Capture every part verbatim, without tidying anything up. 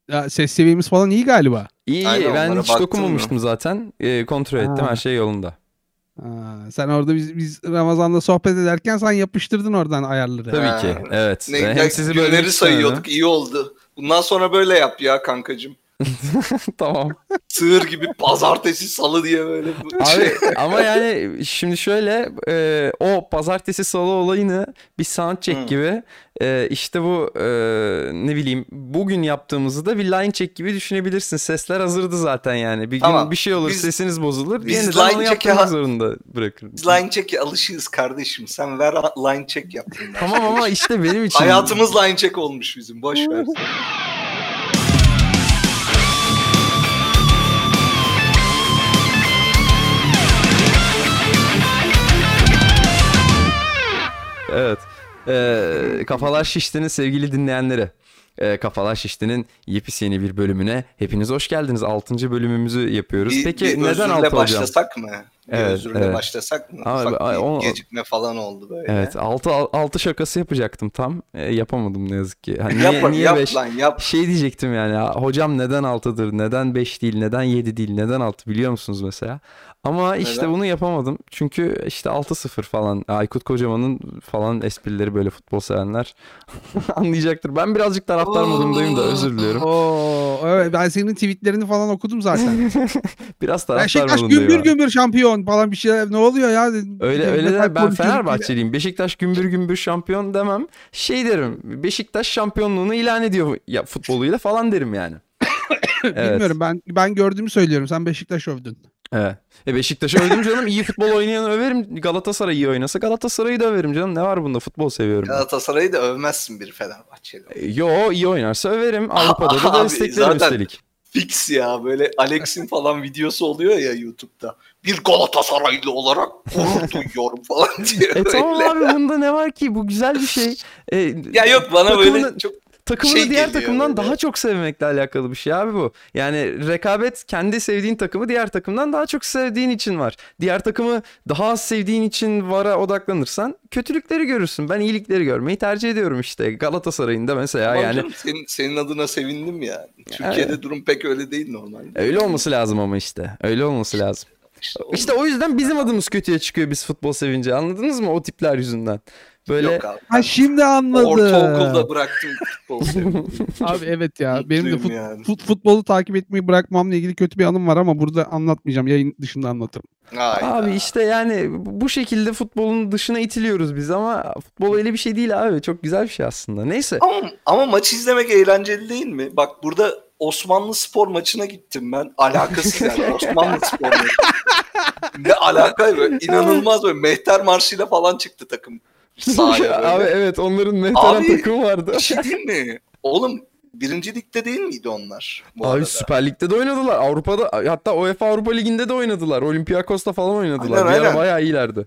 Ya, ses seviyemiz falan iyi galiba. İyi Aynen, iyi. Ben onlara hiç baktın dokunmamıştım mı? zaten. Ee, kontrol ettim. Ha. Her şey yolunda. Ha, sen orada biz, biz Ramazan'da sohbet ederken sen yapıştırdın oradan ayarları. Tabii ki. Ha. Evet. Ne, Ve ya, hem sizi bölmek günleri istemedim. sayıyorduk, iyi oldu. Bundan sonra böyle yap ya kankacığım. Tamam. Sığır gibi pazartesi salı diye böyle bu şey. Abi ama yani şimdi şöyle e, o pazartesi salı olayını bir soundcheck Hı. gibi e, işte bu e, ne bileyim bugün yaptığımızı da bir line check gibi düşünebilirsin. Sesler hazırdı zaten yani. Bir Tamam. gün bir şey olur, Biz- sesiniz bozulur. biz Yeniden line onu check'e yapmak ha- zorunda bırakırım. Biz line check'e alışığız kardeşim. Sen ver line check yap. Tamam ama işte benim için Hayatımız line check olmuş bizim. Boş ver. Evet. Ee, Kafalar Şişti'nin sevgili dinleyenleri. Ee, Kafalar Şişti'nin yepyeni bir bölümüne hepiniz hoş geldiniz. altıncı bölümümüzü yapıyoruz. Bir, Peki bir neden özürle altı hocam? başlasak mı? Bir Evet, özürle evet. başlasak mı? Abi, Ufak ay, bir o- gecikme falan oldu böyle. Evet, altı altı şakası yapacaktım tam. Ee, yapamadım ne yazık ki. Hani Yap, niye niye yap beş? lan yap. Şey diyecektim yani. "Ya, hocam neden altıdır? Neden beş değil? Neden yedi değil? Neden altı biliyor musunuz mesela?" Ama işte Neden? bunu yapamadım. Çünkü işte altı sıfır falan. Aykut Kocaman'ın falan esprileri böyle futbol sevenler anlayacaktır. Ben birazcık taraftar modundayım da özür diliyorum. Oo, evet, ben senin tweetlerini falan okudum zaten. Biraz taraftar Beşiktaş modundayım gümbür abi. gümbür şampiyon falan bir şeyler, ne oluyor ya? dedim. Öyle öyle Metal de ben konuşuyoruz Fenerbahçeliyim. Beşiktaş gümbür gümbür şampiyon demem. Şey derim. Beşiktaş şampiyonluğunu ilan ediyor ya futboluyla falan derim yani. yine. Evet. Bilmiyorum, ben ben gördüğümü söylüyorum. Sen Beşiktaş övdün. Evet. E Beşiktaş'ı övdüm canım. İyi futbol oynayanı överim. Galatasaray iyi oynasa Galatasaray'ı da överim canım. Ne var bunda? Futbol seviyorum ben. Galatasaray'ı da övmezsin bir Fenerbahçeli. E, Yo iyi oynarsa överim. Avrupa'da da Abi, desteklerim zaten- üstelik. Fix ya, böyle Alex'in falan videosu oluyor ya YouTube'da. Bir Galatasaraylı olarak gurur duyuyorum falan diye E böyle. tamam abi bunda ne var ki? Bu güzel bir şey. E, Ya yok, bana takımını- böyle çok Takımını şey diğer geliyor takımdan böyle. daha çok sevmekle alakalı bir şey abi bu. Yani rekabet kendi sevdiğin takımı diğer takımdan daha çok sevdiğin için var. Diğer takımı daha az sevdiğin için vara odaklanırsan kötülükleri görürsün. Ben iyilikleri görmeyi tercih ediyorum işte. Galatasaray'ın da mesela Tamam yani canım, senin, senin adına sevindim ya. Türkiye'de durum pek öyle değil normalde. öyle olması lazım ama işte. Öyle olması lazım. İşte, İşte o yüzden bizim adımız kötüye çıkıyor biz futbol sevince. Anladınız mı o tipler yüzünden? Böyle Yok abi. Ha, şimdi anladım. Ortaokulda bıraktım futbol sevmeyi. Abi evet ya, benim de mutluyum fut, yani. fut- futbolu takip etmeyi bırakmamla ilgili kötü bir anım var ama burada anlatmayacağım. Yayın dışında anlatırım. Hayda. abi işte yani bu şekilde futbolun dışına itiliyoruz biz ama futbol öyle bir şey değil abi. Çok güzel bir şey aslında. Neyse. Ama, ama maç izlemek eğlenceli değil mi? Bak burada Osmanlı Spor maçına gittim ben. Alakasız yani. Osmanlı Spor maçı. Ne alaka böyle? İnanılmaz böyle. Mehter Marşı'yla falan çıktı takım sahaya böyle. Abi evet onların Mehteran Abi, takımı vardı. Bir şey değil mi? Oğlum birinci ligde değil miydi onlar bu Abi arada? Süper Lig'de de oynadılar. Avrupa'da hatta UEFA Avrupa Ligi'nde de oynadılar. Olympiakos'ta falan oynadılar. Aynen, Bir ara aynen. bayağı iyilerdi.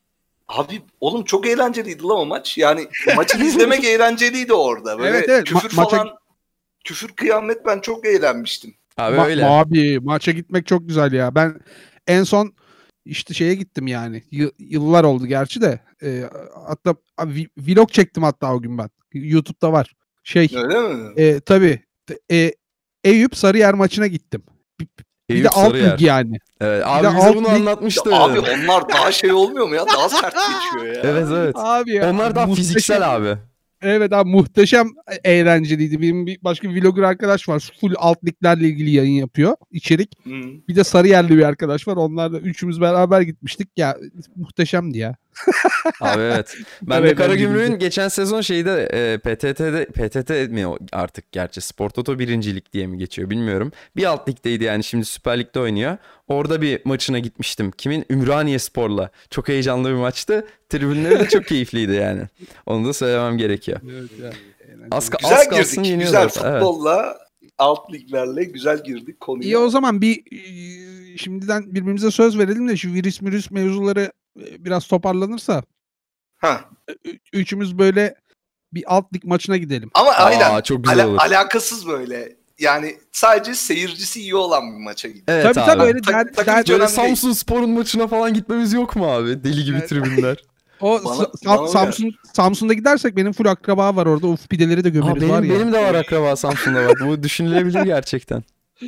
Abi oğlum çok eğlenceliydi lan o maç. Yani maçı izlemek eğlenceliydi orada. Böyle Evet, evet. küfür Ma- maça- falan, küfür kıyamet, ben çok eğlenmiştim. Abi Ma- öyle. Abi maça gitmek çok güzel ya. Ben en son işte şeye gittim yani. Y- yıllar oldu gerçi de. Ee, hatta abi, vlog çektim hatta o gün ben. YouTube'da var. Şey Öyle mi? e, tabii e, Eyüp Sarıyer maçına gittim. Bir, bir Eyüp de alt Sarıyer. lig yani. Evet, de abi bize alt bunu lig- anlatmıştı. Abi onlar daha şey olmuyor mu ya? Daha sert geçiyor ya. Evet evet. Abi ya, Onlar daha muhteşem- fiziksel abi. Evet abi, muhteşem eğlenceliydi. Benim bir başka bir vlogger arkadaş var. Full alt liglerle ilgili yayın yapıyor. İçerik. Hı. Bir de Sarıyerli bir arkadaş var. Onlar da üçümüz beraber gitmiştik. Ya muhteşemdi ya. Abi evet. Ben Tabii de Karagümrük'ün eğlenceliydi. geçen sezon şeyde e, P T T'de P T T mi o artık gerçi Spor Toto birincilik diye mi geçiyor bilmiyorum. Bir alt ligdeydi yani şimdi Süper Lig'de oynuyor. Orada bir maçına gitmiştim. Kimin? Ümraniye Spor'la. Çok heyecanlı bir maçtı. Tribünleri de çok keyifliydi yani. Onu da söylemem gerekiyor. Evet ya. Az, ka- Güzel az kalsın girdik. yeniyorlar. Güzel Evet. futbolla, alt liglerle güzel girdik konuya. İyi, o zaman bir e, şimdiden birbirimize söz verelim de şu virüs virüs mevzuları e, biraz toparlanırsa Ha. ü- üçümüz böyle bir alt lig maçına gidelim. Ama Aa, aynen. çok güzel Ala- olur. alakasız böyle. Yani sadece seyircisi iyi olan bir maça gidelim. Evet tabii abi. tabii öyle Tak- der, takım der- Böyle önemli değil. Samsun Spor'un maçına falan gitmemiz yok mu abi? Deli gibi Evet. tribünler. O Bana- Sa- bana Samsun Samsun'da gidersek benim full akraba var orada. Uf pideleri de Aa, gömeriz benim, var ya. benim de var akraba Samsun'da bak. Bu düşünülebilir gerçekten.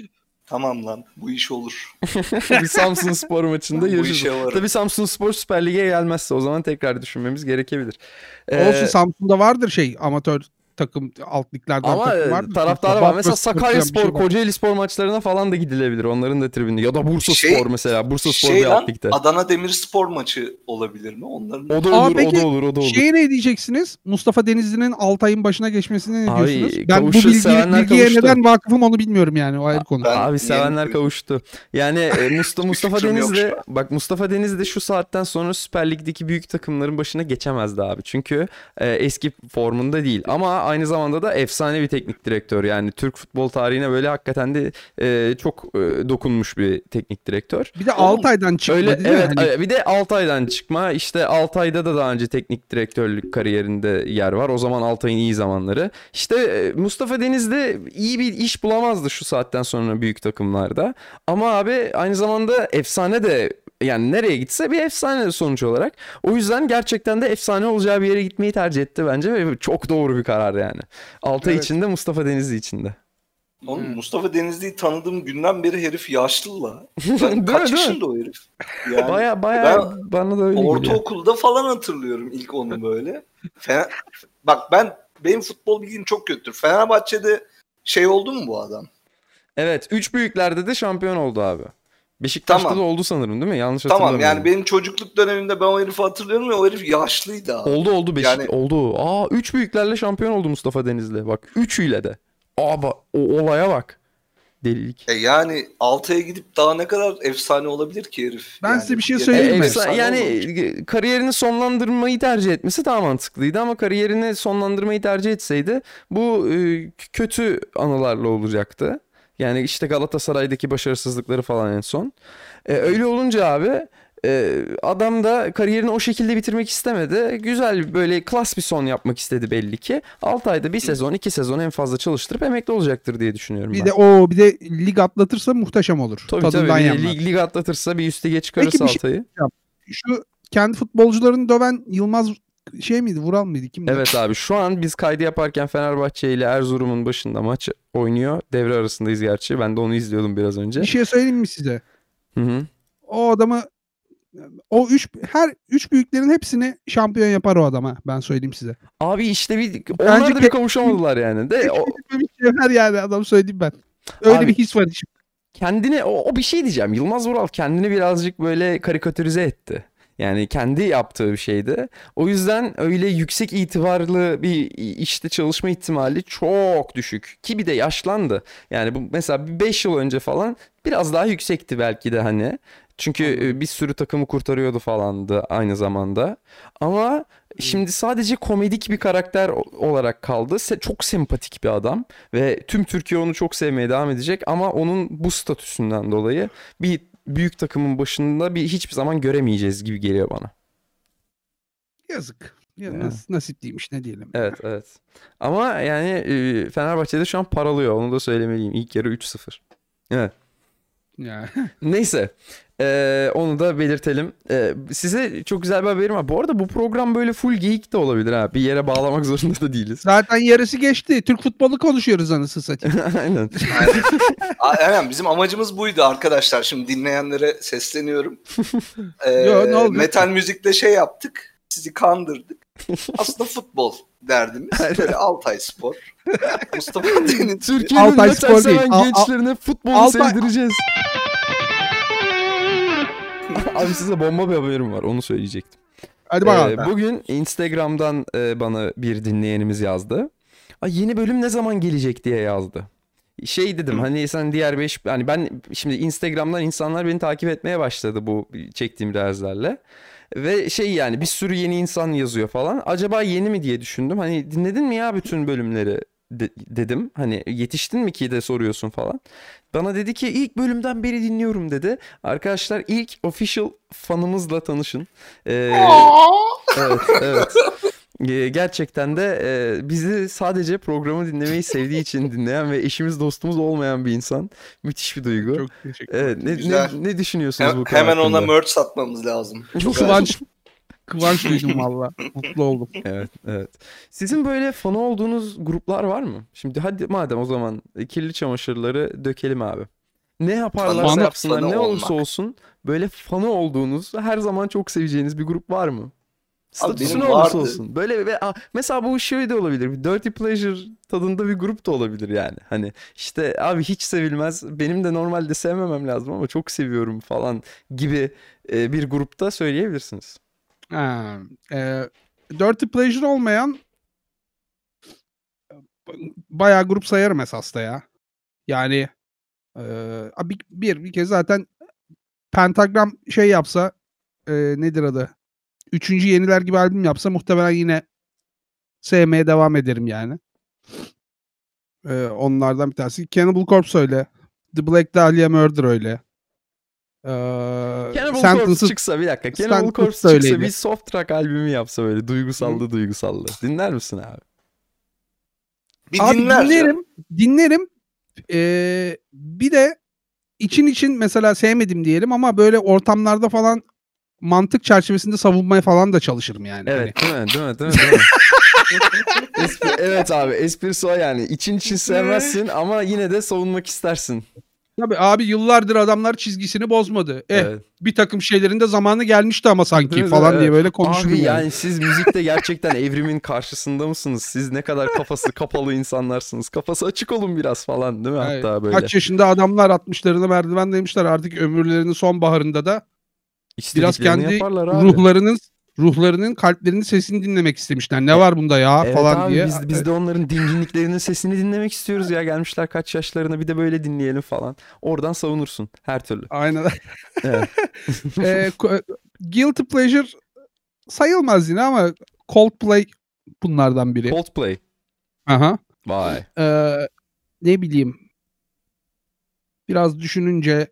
Tamam lan bu iş olur. Bir Samsun Spor maçında Bu görüşürüz. işe varım. Tabii Samsun Spor Süper Lig'e gelmezse o zaman tekrar düşünmemiz gerekebilir. Olsun Ee, Samsun'da vardır şey amatör takım alt liglerden Ama takım vardır. taraftarı var. Bafra Mesela Spor Sakarya falan bir şey Spor, var. Kocaeli Spor maçlarına falan da gidilebilir. Onların da tribünde. Ya da Bursa Şey- Spor mesela. Bursa Spor Şey bir lan alt ligde. Adana Demirspor maçı olabilir mi? Onların O da Aa, olur, o peki da olur, o da olur. Şeye ne diyeceksiniz? Mustafa Denizli'nin Altay'ın başına geçmesine ne Abi, diyorsunuz? Ben bu kavuştu, bilgi, sevenler bilgiye kavuştu. neden vakıfım onu bilmiyorum yani. O ayrı konu. Ben Abi yeni sevenler duydum. kavuştu. Yani e, Mustafa, Mustafa fikrim yok Denizli şu an. bak Mustafa Denizli şu saatten sonra Süper Lig'deki büyük takımların başına geçemezdi abi. Çünkü e, eski formunda değil. Ama aynı zamanda da efsane bir teknik direktör. Yani Türk futbol tarihine böyle hakikaten de e, çok e, dokunmuş bir teknik direktör. Bir de Oğlum, Altay'dan çıkmadı Öyle değil mi? evet Hani e, bir de Altay'dan çıkma. İşte Altay'da da daha önce teknik direktörlük kariyerinde yer var. O zaman Altay'ın iyi zamanları. İşte e, Mustafa Denizli iyi bir iş bulamazdı şu saatten sonra büyük takımlarda. Ama abi aynı zamanda efsane de yani nereye gitse bir efsane sonuç olarak. O yüzden gerçekten de efsane olacağı bir yere gitmeyi tercih etti bence ve çok doğru bir karar yani. Altay Evet. için de Mustafa Denizli için de. Oğlum Hmm. Mustafa Denizli'yi tanıdığım günden beri herif yaşlı la. Değil Ben, mi, kaç değil mi? yaşında o herif? Yani Baya baya ben bana da öyle geliyor. ortaokulda falan hatırlıyorum ilk onu böyle. Fener... Bak ben benim futbol bilgim çok kötüdür. Fenerbahçe'de şey oldu mu bu adam? Evet, üç büyüklerde de şampiyon oldu abi. Beşiktaş'ta Tamam. da oldu sanırım değil mi? Yanlış Tamam hatırlamıyorum. yani benim çocukluk dönemimde ben o herifi hatırlıyorum ve o herif yaşlıydı abi. Oldu oldu Beşik Yani- oldu. Aa üç büyüklerle şampiyon oldu Mustafa Denizli. Bak üçüyle de. Aa bak o olaya bak. Delilik. E yani Altay'a gidip daha ne kadar efsane olabilir ki herif? Ben Yani size bir şey yeter- söyleyeyim mi? Efsa- yani olmamış. e, kariyerini sonlandırmayı tercih etmesi daha mantıklıydı ama kariyerini sonlandırmayı tercih etseydi bu e, kötü anılarla olacaktı. Yani işte Galatasaray'daki başarısızlıkları falan en son. E, öyle olunca abi e, adam da kariyerini o şekilde bitirmek istemedi. Güzel böyle klas bir son yapmak istedi belli ki. altı ayda bir sezon iki sezon en fazla çalıştırıp emekli olacaktır diye düşünüyorum bir ben. de o bir de lig atlatırsa muhteşem olur. Tabii Tadından tabii bir de yenmez. lig, lig atlatırsa bir üste geç çıkarırsa Peki bir şey- Altay'ı. Şu kendi futbolcularını döven Yılmaz şey miydi? Vural mıydı? Kimdi? Evet abi şu an biz kaydı yaparken Fenerbahçe ile Erzurum'un başında maç oynuyor. Devre arasındayız gerçi. Ben de onu izliyordum biraz önce. Bir şey söyleyeyim mi size? Hı hı. O adamı o üç her üç büyüklerin hepsini şampiyon yapar o adam ha. Ben söyleyeyim size. Abi işte bir onlar da bir ke- kavuşamadılar yani. De o, Bir şey yapar yani adam söyleyeyim ben. Öyle Abi- bir his var işte. kendini o, o bir şey diyeceğim. Yılmaz Vural kendini birazcık böyle karikatürize etti. Yani kendi yaptığı bir şeydi. O yüzden öyle yüksek itibarlı bir işte çalışma ihtimali çok düşük. Ki bir de yaşlandı. Yani bu mesela beş yıl önce falan biraz daha yüksekti belki de hani. Çünkü e, bir sürü takımı kurtarıyordu falandı aynı zamanda. Ama şimdi sadece komedik bir karakter o- olarak kaldı. Se- çok sempatik bir adam ve tüm Türkiye onu çok sevmeye devam edecek ama onun bu statüsünden dolayı bir büyük takımın başında bir hiçbir zaman göremeyeceğiz gibi geliyor bana. Yazık. Ya, Ya. nas- nasipliymiş ne diyelim. Evet evet. Ama yani e, Fenerbahçe'de şu an paralıyor. Onu da söylemeliyim. İlk yarı üç sıfır. Evet. Ya. Neyse. Ee, onu da belirtelim. Ee, size çok güzel bir haberim var. Bu arada bu program böyle full geyik de olabilir ha. Bir yere bağlamak zorunda da değiliz. Zaten yarısı geçti. Türk futbolu konuşuyoruz anasını satayım. Aynen. Aynen bizim amacımız buydu arkadaşlar. Şimdi dinleyenlere sesleniyorum. Ee, Yo, ne oldu? metal müzikle şey yaptık. Sizi kandırdık. Aslında futbol derdimiz. Böyle Altay Spor. Mustafa Denizli. Türkiye'nin Altay metal Spor seven değil. Al- al- gençlerine futbolu Altay- sevdireceğiz. Abi size bomba bir haberim var. Onu söyleyecektim. Hadi bakalım. Ee, bugün Instagram'dan e, bana bir dinleyenimiz yazdı. Ay, yeni bölüm ne zaman gelecek diye yazdı. Şey dedim Hı. hani sen diğer beş hani ben şimdi Instagram'dan insanlar beni takip etmeye başladı bu çektiğim reelslerle. Ve şey yani bir sürü yeni insan yazıyor falan. Acaba yeni mi diye düşündüm. Hani dinledin mi ya bütün bölümleri de- dedim. Hani yetiştin mi ki de soruyorsun falan. Bana dedi ki ilk bölümden beri dinliyorum dedi. Arkadaşlar ilk official fanımızla tanışın. Ee, evet evet. Ee, Gerçekten de e, bizi sadece programı dinlemeyi sevdiği için dinleyen ve eşimiz dostumuz olmayan bir insan. Müthiş bir duygu. Çok teşekkür ederim. Evet, ne, Güzel. ne, ne düşünüyorsunuz Hem- bu konu hemen ona hakkında? merch satmamız lazım. Kıvanç Kıvanç duydum valla. Mutlu oldum. Evet, evet. Sizin böyle fanı olduğunuz gruplar var mı? Şimdi hadi madem o zaman kirli çamaşırları dökelim abi. Ne yaparlarsa Fanı- yapsınlar, fanı ne olursa olmak. olsun böyle fanı olduğunuz, her zaman çok seveceğiniz bir grup var mı? Statüsü benim ne olursa vardı. olsun. Böyle ve a, mesela bu şey de olabilir. Bir Dirty Pleasure tadında bir grup da olabilir yani. Hani işte abi hiç sevilmez. Benim de normalde sevmemem lazım ama çok seviyorum falan gibi e, bir grupta söyleyebilirsiniz. Ha, e, Dirty Pleasure olmayan bayağı grup sayarım esas da ya. Yani e, bir, bir, bir kez zaten Pentagram şey yapsa e, nedir adı? Üçüncü Yeniler gibi albüm yapsa muhtemelen yine sevmeye devam ederim yani. E, onlardan bir tanesi. Cannibal Corpse öyle. The Black Dahlia Murder öyle. E, Cannibal Sentences- Corpse çıksa bir dakika. Cannibal Sentences Corpse da çıksa öyleydi. bir soft rock albümü yapsa böyle duygusallı duygusallı. Dinler misin abi? Bir Abi dinler dinlerim. canım. Dinlerim. E, bir de için için mesela sevmedim diyelim ama böyle ortamlarda falan mantık çerçevesinde savunmaya falan da çalışırım yani. Evet, değil mi? Değil mi? Değil mi? Değil mi? Espri- evet abi, esprisi o yani. İçin için sevmezsin ama yine de savunmak istersin. Tabii abi yıllardır adamlar çizgisini bozmadı. Eh Evet. bir takım şeylerin de zamanı gelmişti ama sanki Değil mi? falan Evet. diye böyle konuşurum Abi yani. yani siz müzikte gerçekten evrimin karşısında mısınız? Siz ne kadar kafası kapalı insanlarsınız. Kafası açık olun biraz falan değil mi? Evet. Hatta böyle. Kaç yaşında adamlar altmışlarına merdiven demişler artık ömürlerinin sonbaharında da biraz İstediklerini kendi yaparlar abi. ruhlarının ruhlarının kalplerinin sesini dinlemek istemişler. Ne var bunda ya Evet falan abi diye. biz, biz de onların dinginliklerinin sesini dinlemek istiyoruz ya. Gelmişler kaç yaşlarına, bir de böyle dinleyelim falan. Oradan savunursun her türlü. Aynen. Evet. Ee, ko- Guilty Pleasure sayılmaz yine ama Coldplay bunlardan biri. Coldplay. Aha. Vay. Ee, ne bileyim. Biraz düşününce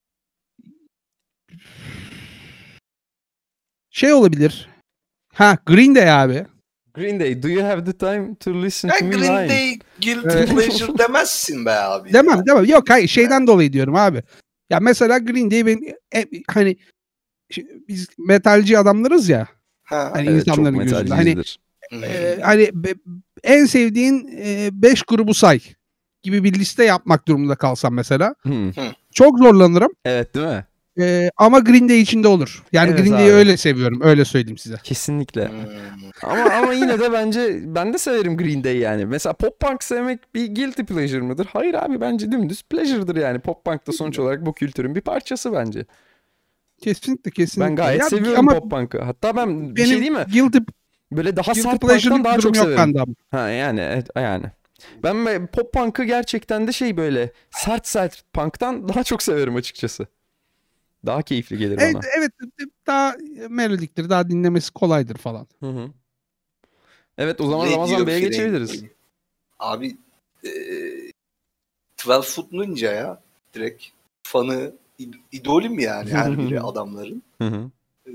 şey olabilir. Ha, Green Day abi. Green Day, do you have the time to listen Ya to me Green line? Day guilty Evet. pleasure demezsin be abi. Demem ya. demem. Yok hayır şeyden dolayı diyorum abi. Ya mesela Green Day ben e, hani şi- biz metalci adamlarız ya. Ha. Hani Evet, çok insanların gözünde. Hani metalciyizdir. e, hani be- en sevdiğin beş grubu say gibi bir liste yapmak durumunda kalsam mesela. Hmm. Çok zorlanırım. Evet değil mi? E, ama Green Day içinde olur. Yani Evet Green Day'i abi. öyle seviyorum. Öyle söyleyeyim size. Kesinlikle. Hmm. Ama ama yine de bence ben de severim Green Day yani. Mesela pop punk sevmek bir guilty pleasure mıdır? Hayır abi, bence dümdüz pleasure'dır yani. Pop punk da sonuç olarak bu kültürün bir parçası bence. Kesinlikle kesinlikle. Ben gayet Ya, seviyorum ama pop punk'ı. Hatta ben bir benim şey diyeyim mi? guilty, Böyle daha guilty sert pleasure'lık punk'tan daha bir durum çok yok severim. bende ama. Ha yani evet, yani. Ben be- pop punk'ı gerçekten de şey böyle sert sert punk'tan daha çok severim açıkçası. Daha keyifli gelir Evet, bana. evet daha melodiktir, daha dinlemesi kolaydır falan. Hı hı. Evet, o zaman Radio Ramazan Bey'e Friendly. geçebiliriz. Abi e, on iki Foot Ninja ya. Direkt fanı, id- idolüm yani her biri adamların. Hı hı. Ee,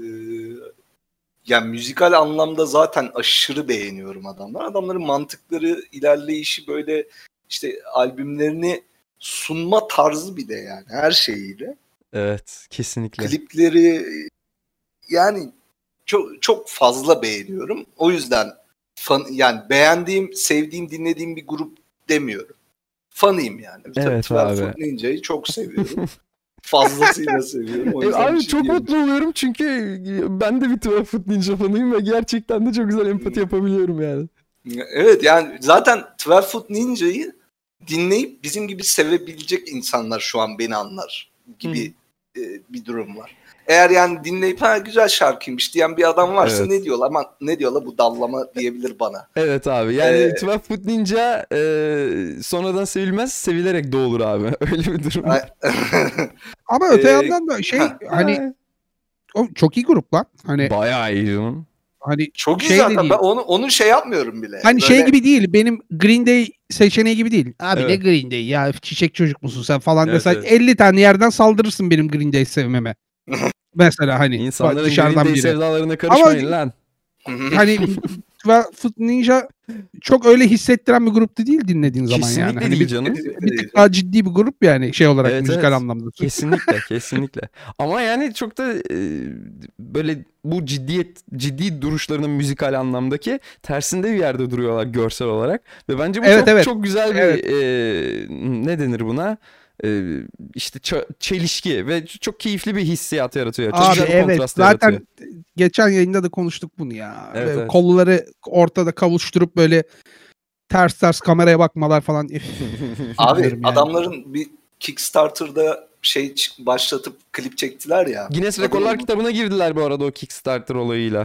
yani müzikal anlamda zaten aşırı beğeniyorum adamlar. Adamların mantıkları, ilerleyişi böyle işte albümlerini sunma tarzı bir de yani her şeyiyle. Evet, kesinlikle. Klipleri yani çok çok fazla beğeniyorum. O yüzden fan, yani beğendiğim, sevdiğim, dinlediğim bir grup demiyorum. Fanıyım yani. Evet on iki abi. Foot Ninja'yı çok seviyorum. Fazlasıyla seviyorum. O E, yüzden bir abi şey çok diyemem. mutlu oluyorum çünkü ben de bir on iki Foot Ninja fanıyım ve gerçekten de çok güzel empati yapabiliyorum yani. Evet yani zaten on iki Foot Ninja'yı dinleyip bizim gibi sevebilecek insanlar şu an beni anlar gibi e, bir durum var. Eğer yani dinleyip ha güzel şarkıymış diyen bir adam varsa Evet. ne diyorlar ama ne diyorlar bu dallama diyebilir bana. Evet abi, yani Ee, on iki Foot Ninja e, sonradan sevilmez, sevilerek doğulur abi. Öyle bir durum. Ay- Ama öte Ee, yandan da şey ha. hani o çok iyi grup lan. Hani Bayağı iyi canım. hani Çok iyi şey de zaten değil. ben onu onu şey yapmıyorum bile. Hani şey Böyle- gibi değil. Benim Green Day seçeneği gibi değil. Abi Evet. ne Green Day ya çiçek çocuk musun sen falan Evet, mesela evet. elli tane yerden saldırırsın benim Green Day sevmeme. Mesela hani İnsanların dışarıdan Green Day biri. sevdalarına karışmayın lan. Hani on iki Foot Ninja çok öyle hissettiren bir gruptu değil dinlediğin zaman yani. Kesinlikle Hani değil bir, canım. bir tık daha ciddi bir grup yani şey olarak Evet, müzikal evet. anlamda. Kesinlikle, kesinlikle. Ama yani çok da e, böyle bu ciddiyet ciddi duruşlarının müzikal anlamdaki tersinde bir yerde duruyorlar görsel olarak ve bence bu Evet, çok evet. çok güzel bir Evet. e, ne denir buna? E, işte ç- çelişki ve çok keyifli bir hissiyat yaratıyor. Çok Abi güzel bir evet kontrast zaten yaratıyor. geçen yayında da konuştuk bunu ya. Evet, Böyle evet. kolları ortada kavuşturup böyle ters ters kameraya bakmalar falan. Üf, Abi bilmiyorum yani. adamların bir Kickstarter'da şey çık- başlatıp klip çektiler ya. Guinness Adı Rekorlar ne? kitabına girdiler bu arada o Kickstarter olayıyla.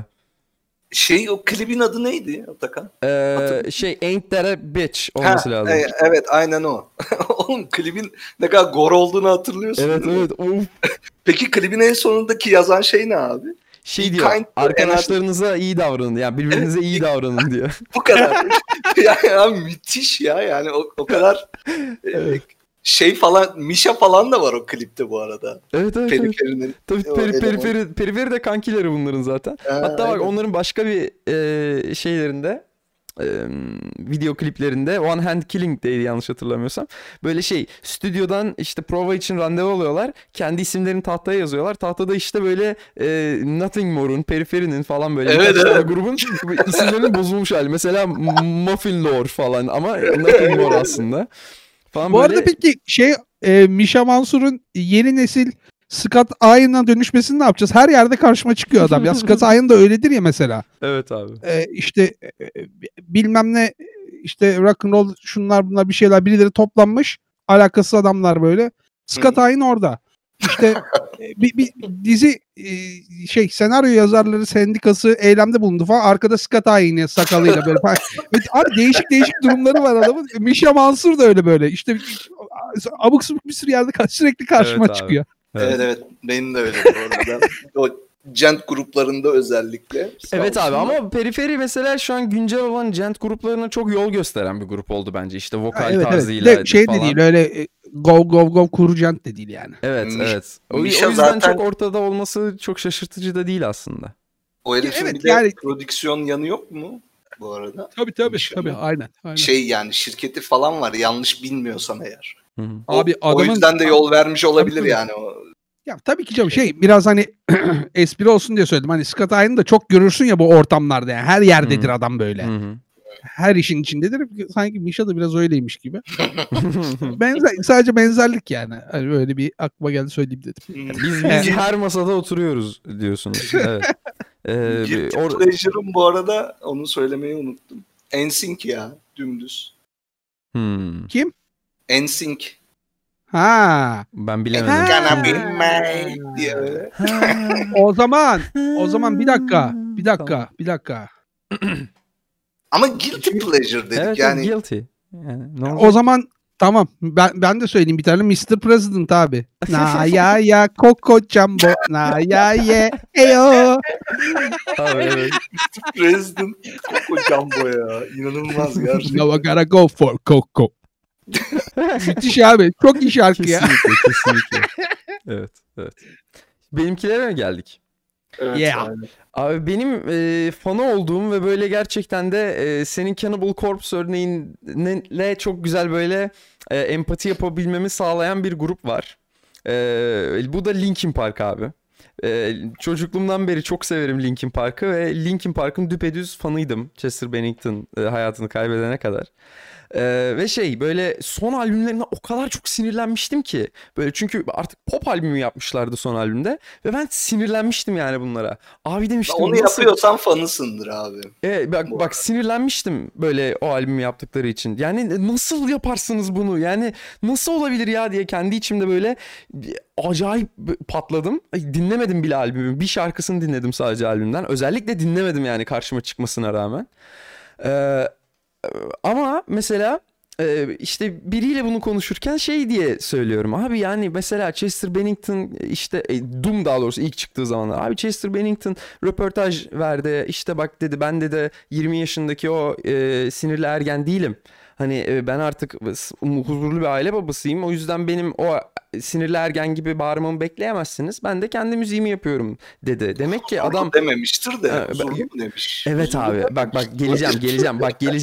Şey o klibin adı neydi Atakan? Ee, şey Ain't That a Bitch olması Ha, lazım. e- evet aynen o. Oğlum klibin ne kadar gore olduğunu hatırlıyorsun Evet değil mi? evet. Of. Peki klibin en sonundaki yazan şey ne abi? Şey Be diyor. kind to Arkadaşlarınıza iyi davranın. Yani birbirinize iyi davranın diyor. Bu kadar. yani abi müthiş ya. Yani o, o kadar e, Evet. şey falan Misha falan da var o klipte bu arada. Evet evet. evet. Periferinin. Tabii o peri, eleman. periferi, periferi de kankileri bunların zaten. Ha, Hatta bak aynen. onların başka bir e, şeylerinde e, video kliplerinde One Hand Killing'deydi yanlış hatırlamıyorsam. Böyle şey stüdyodan işte prova için randevu alıyorlar. Kendi isimlerini tahtaya yazıyorlar. Tahtada işte böyle e, Nothing More'un, Periferinin falan böyle Evet, birkaç tane evet. grubun isimlerinin bozulmuş hali. Mesela Muffin Lore falan ama Nothing More aslında. Falan Bu böyle... arada peki şey e, Misha Mansur'un yeni nesil Scott Ian'a dönüşmesini ne yapacağız? Her yerde karşıma çıkıyor adam. Ya Scott Ian da öyledir ya mesela. Evet abi. E, işte e, bilmem ne işte rock and roll şunlar bunlar bir şeyler birileri toplanmış. Alakasız adamlar böyle. Scott Ian orada. İşte e, bir, bir dizi e, şey senaryo yazarları sendikası eylemde bulundu falan. Arkada Scott Ian sakalıyla böyle falan. Abi değişik değişik durumları var adamın. Misha Mansur da öyle böyle. İşte abuk subuk bir sürü yerde sürekli karşıma Evet abi. çıkıyor. Evet evet. Benim de öyle bu arada. O gent gruplarında özellikle. Sağ Evet abi olsunlar. ama Periferi mesela şu an güncel olan gent gruplarına çok yol gösteren bir grup oldu bence. İşte vokal Ha, evet evet. Bir tarzıyla de şey falan. de değil öyle e, go go go kurcant de değil yani. Evet Miş- evet. O, o Mişa yüzden zaten- çok ortada olması çok şaşırtıcı da değil aslında. O herifin Evet, bir de yani- prodüksiyon yanı yok mu bu arada? Tabii tabii. Misha'nın Tabii aynen. aynen. Şey yani şirketi falan var yanlış bilmiyorsam eğer. Hı hı. O, Abi o adamın- yüzden de yol vermiş olabilir tabii. yani o. Ya tabii ki canım şey biraz hani espri olsun diye söyledim. Hani Scott Ian'ı da çok görürsün ya bu ortamlarda yani. Her yerdedir Hı. adam böyle. Hı hı. Her işin içindedir. Sanki Misha da biraz öyleymiş gibi. Benzer, sadece benzerlik yani. Hani böyle bir aklıma geldi söyleyeyim dedim. Biz biz her masada oturuyoruz diyorsunuz. Evet. Ee, Guilty or- Pleasure'ım bu arada onu söylemeyi unuttum. N Sync ya dümdüz. Hmm, Kim? N Sync. Ha. ben bilemedim. Ha. Gonna be mine diye öyle. O zaman o zaman bir dakika. Bir dakika. Bir dakika. Ama Guilty Pleasure dedik Evet, yani. guilty. Yani, ne O olacak? zaman tamam. Ben ben de söyleyeyim bir tane mister President abi. Na ya ya Coco Jumbo. Na ya ye. Eyo. Abi, evet. President Coco Jumbo ya. İnanılmaz gerçekten. Now I gotta go for Coco. Müthiş abi. Çok iyi şarkı ya. Kesinlikle kesinlikle. Evet evet. Benimkilere mi geldik? Evet, Yeah. aynen. Abi benim e, fanı olduğum ve böyle gerçekten de e, senin Cannibal Corpse örneğinle çok güzel böyle e, empati yapabilmemi sağlayan bir grup var. E, bu da Linkin Park abi. E, çocukluğumdan beri çok severim Linkin Park'ı ve Linkin Park'ın düpedüz fanıydım Chester Bennington e, hayatını kaybedene kadar. Ee, ve şey böyle son albümlerine o kadar çok sinirlenmiştim ki böyle çünkü artık pop albümü yapmışlardı son albümde ve ben sinirlenmiştim yani bunlara. Abi demiştim Onu nasıl... yapıyorsan fanısındır abi. Evet, bak, Bu bak sinirlenmiştim böyle o albümü yaptıkları için. Yani nasıl yaparsınız bunu? Yani nasıl olabilir ya diye kendi içimde böyle acayip patladım. Ay, dinlemedim bile albümü. Bir şarkısını dinledim sadece albümden. Özellikle dinlemedim yani karşıma çıkmasına rağmen. Eee Ama mesela e, işte biriyle bunu konuşurken şey diye söylüyorum. Abi yani mesela Chester Bennington işte e, Doom daha doğrusu ilk çıktığı zamanlar. Abi Chester Bennington röportaj verdi. İşte bak dedi ben de de yirmi yaşındaki o e, sinirli ergen değilim. Hani e, ben artık huzurlu bir aile babasıyım. O yüzden benim o sinirli ergen gibi bağırmamı bekleyemezsiniz. Ben de kendi müziğimi yapıyorum dedi. Demek ki Huzurlu adam... dememiştir de Ha, huzurlu mu demiş? Evet Huzurlu abi dememiştir. bak bak geleceğim geleceğim bak geleceğim.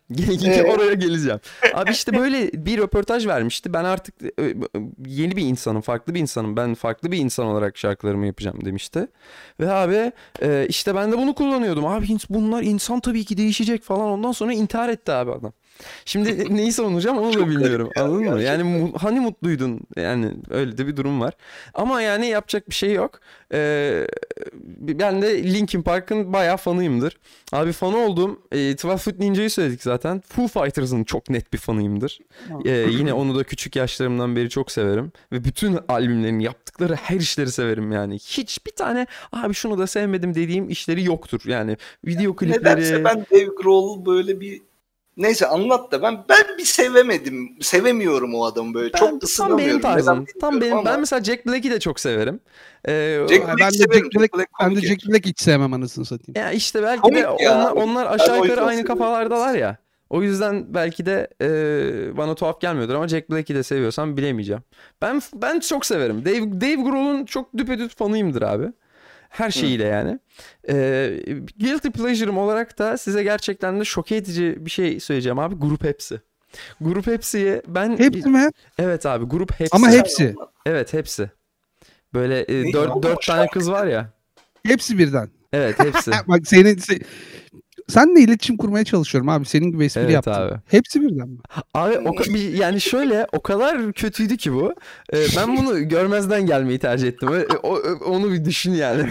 Oraya geleceğim. Abi işte böyle bir röportaj vermişti. Ben artık yeni bir insanım, farklı bir insanım. Ben farklı bir insan olarak şarkılarımı yapacağım demişti. Ve abi işte ben de bunu kullanıyordum. Abi bunlar insan tabii ki değişecek falan. Ondan sonra intihar etti abi adam. Şimdi neyi savunacağım onu da bilmiyorum. Ya, anladın mı? Yani mu- hani mutluydun. Yani öyle de bir durum var. Ama yani yapacak bir şey yok. Ee, ben de Linkin Park'ın bayağı fanıyımdır. Abi fanı olduğum e, on iki Foot Ninja'yı söyledik zaten. Foo Fighters'ın çok net bir fanıyımdır. Ee, yine onu da küçük yaşlarımdan beri çok severim. Ve bütün albümlerini yaptıkları her işleri severim yani. Hiçbir tane abi şunu da sevmedim dediğim işleri yoktur. Yani video klipleri... Nedense ben Dave Grohl böyle bir... Neyse anlat da ben ben bir sevemedim. Sevemiyorum o adamı böyle. Ben, çok ısınamıyorum. Tam benim tarzım. Tam benim. Ama... Ben mesela Jack Black'i de çok severim. Ee, Jack Black ben de severim. Jack Black, Black, ben de Jack Black hiç sevmem anasını satayım. Ya işte belki komik de ya. onlar, onlar aşağı yukarı aynı kafalardalar ya. O yüzden belki de e, bana tuhaf gelmiyordur ama Jack Black'i de seviyorsam bilemeyeceğim. Ben ben çok severim. Dave Dave Grohl'un çok düpedüz fanıyımdır abi. Her şeyiyle yani. Ee, Guilty Pleasure'ım olarak da size gerçekten de şok edici bir şey söyleyeceğim abi. Grup Hepsi. Grup Hepsi'ye ben... Hepsi mi? Evet abi Grup Hepsi. Ama hepsi. Evet hepsi. Böyle e, dört, dört tane kız var ya. Hepsi birden. Evet hepsi. Bak senin... Se... Senle iletişim kurmaya çalışıyorum abi. Senin gibi espri evet yaptım. Abi. Hepsi birden mi? Abi o, yani şöyle o kadar kötüydü ki bu. Ee, ben bunu görmezden gelmeyi tercih ettim. O, o, onu bir düşün yani.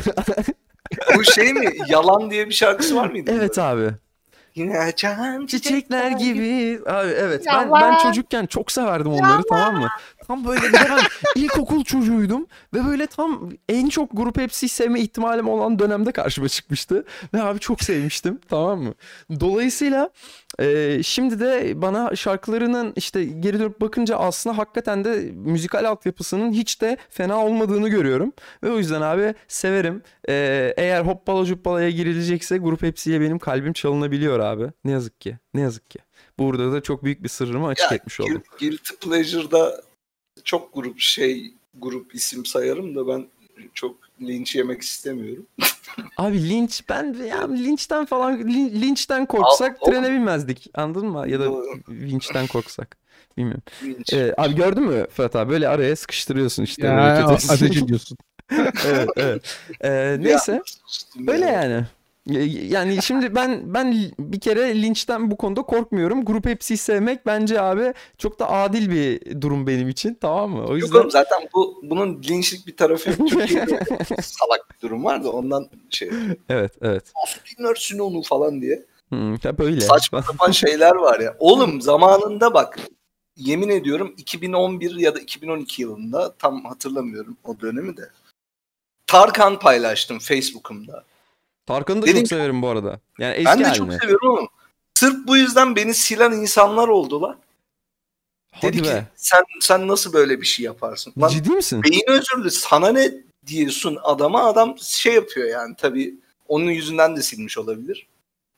Bu şey mi? Yalan diye bir şarkısı var mıydı? Evet abi. Yine açan çiçekler gibi. Abi evet ben ben çocukken çok severdim onları tamam mı? Tam böyle bir de ben ilkokul çocuğuydum ve böyle tam en çok Grup Hepsi'yi sevme ihtimalim olan dönemde karşıma çıkmıştı. Ve abi çok sevmiştim tamam mı? Dolayısıyla e, şimdi de bana şarkılarının işte geri dönüp bakınca aslında hakikaten de müzikal altyapısının hiç de fena olmadığını görüyorum. Ve o yüzden abi severim. E, eğer hoppala cuppalaya girilecekse Grup Hepsi'ye benim kalbim çalınabiliyor abi. Ne yazık ki. Ne yazık ki. Burada da çok büyük bir sırrımı açık ya, etmiş oldum. Guilty Pleasure'da çok grup şey grup isim sayarım da ben çok linç yemek istemiyorum. Abi linç ben ya linçten falan lin, linçten korksak Al, trene binmezdik. Anladın mı? Ya da linçten korksak. Bilmiyorum. Ee, abi gördün mü Fırat abi böyle araya sıkıştırıyorsun işte. Ya ateş ediyorsun. evet evet. Ee, neyse. Öyle yani. Yani şimdi ben ben bir kere linçten bu konuda korkmuyorum. Grup Hepsi'yi sevmek bence abi çok da adil bir durum benim için tamam mı? O yüzden yok, zaten bu bunun linçlik bir tarafı yok. Türkiye'de salak bir durum var da ondan şey. Evet evet. Nasıl dinlersin onu falan diye. Hmm, tabii öyle. Saçma sapan şeyler var ya. Oğlum zamanında bak yemin ediyorum iki bin on bir ya da iki bin on iki yılında tam hatırlamıyorum o dönemi de. Tarkan paylaştım Facebook'umda. Tarkan'ı da Dedim, çok severim bu arada. Yani eski ben de haline. çok seviyorum oğlum. Sırf bu yüzden beni silen insanlar oldu lan. Hadi Dedi be. ki sen sen nasıl böyle bir şey yaparsın? Lan, ciddi misin? Beyin özürlü sana ne diyorsun adama adam şey yapıyor yani tabii onun yüzünden de silmiş olabilir.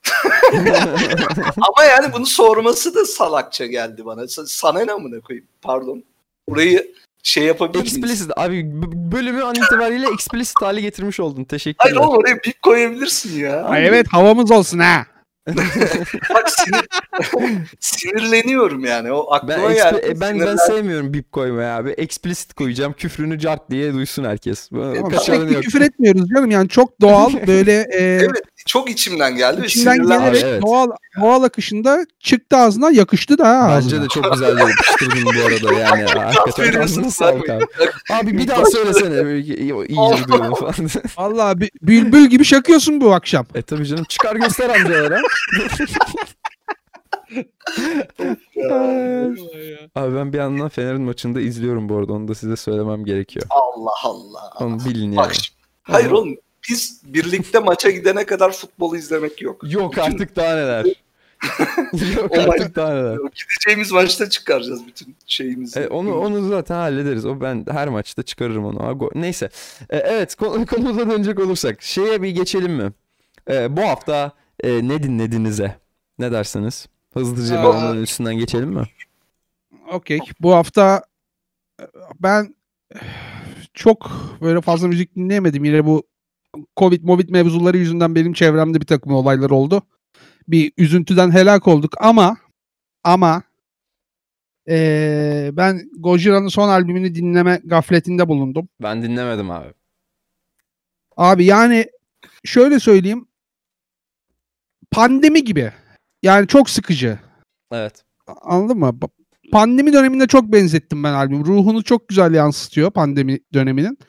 Ama yani bunu sorması da salakça geldi bana. Sana ne amına koyayım? Pardon. Burayı şey yapabilir miyiz? Explicit. Abi bölümü an itibariyle explicit hale getirmiş oldun. Teşekkürler. Hayır oğlum oraya bip koyabilirsin ya. Ay evet havamız olsun ha. Bak sinir, sinirleniyorum yani. O aklıma ben geldi. Exp- ben ben sevmiyorum bip koymayı abi. Explicit koyacağım. Küfrünü cart diye duysun herkes. Kaçarın yok. Küfür etmiyoruz canım. Yani çok doğal böyle e, evet, çok içimden geldi içimden ve gelerek evet. doğal doğal akışında çıktı ağzına, yakıştı da ha. Bence de çok güzel yapıştırdın bu arada yani. Hakikaten ağzına sağlık abi. Abi bir daha söylesene. İyice duyuyorum falan. Vallahi bülbül gibi şakıyorsun bu akşam. E tabii canım. Çıkar göster amcalara. Abi ben bir yandan Fener'in maçında izliyorum bu arada. Onu da size söylemem gerekiyor. Allah Allah. Onu bilin Bak, yani. hayır oğlum biz birlikte maça gidene kadar futbolu izlemek yok. Yok bütün... artık daha neler. Yok o artık daha neler. Gideceğimiz maçta çıkaracağız bütün şeyimizi. E, onu onu zaten hallederiz. O ben her maçta çıkarırım onu. Neyse. E, evet konu, konumuza dönecek olursak. Şeye bir geçelim mi? E, bu hafta e, ne dinledinize? Ne dersiniz? Hızlıca bir onun üstünden geçelim mi? Okey. Bu hafta ben çok böyle fazla müzik dinleyemedim. Yine bu Covid, Movid mevzuları yüzünden benim çevremde bir takım olaylar oldu. bir üzüntüden helak olduk ama ama ee, ben Gojira'nın son albümünü dinleme gafletinde bulundum. Ben dinlemedim abi. Abi yani şöyle söyleyeyim. Pandemi gibi. Yani çok sıkıcı. Evet. Anladın mı? Pandemi döneminde çok benzettim ben albüm. Ruhunu çok güzel yansıtıyor pandemi döneminin.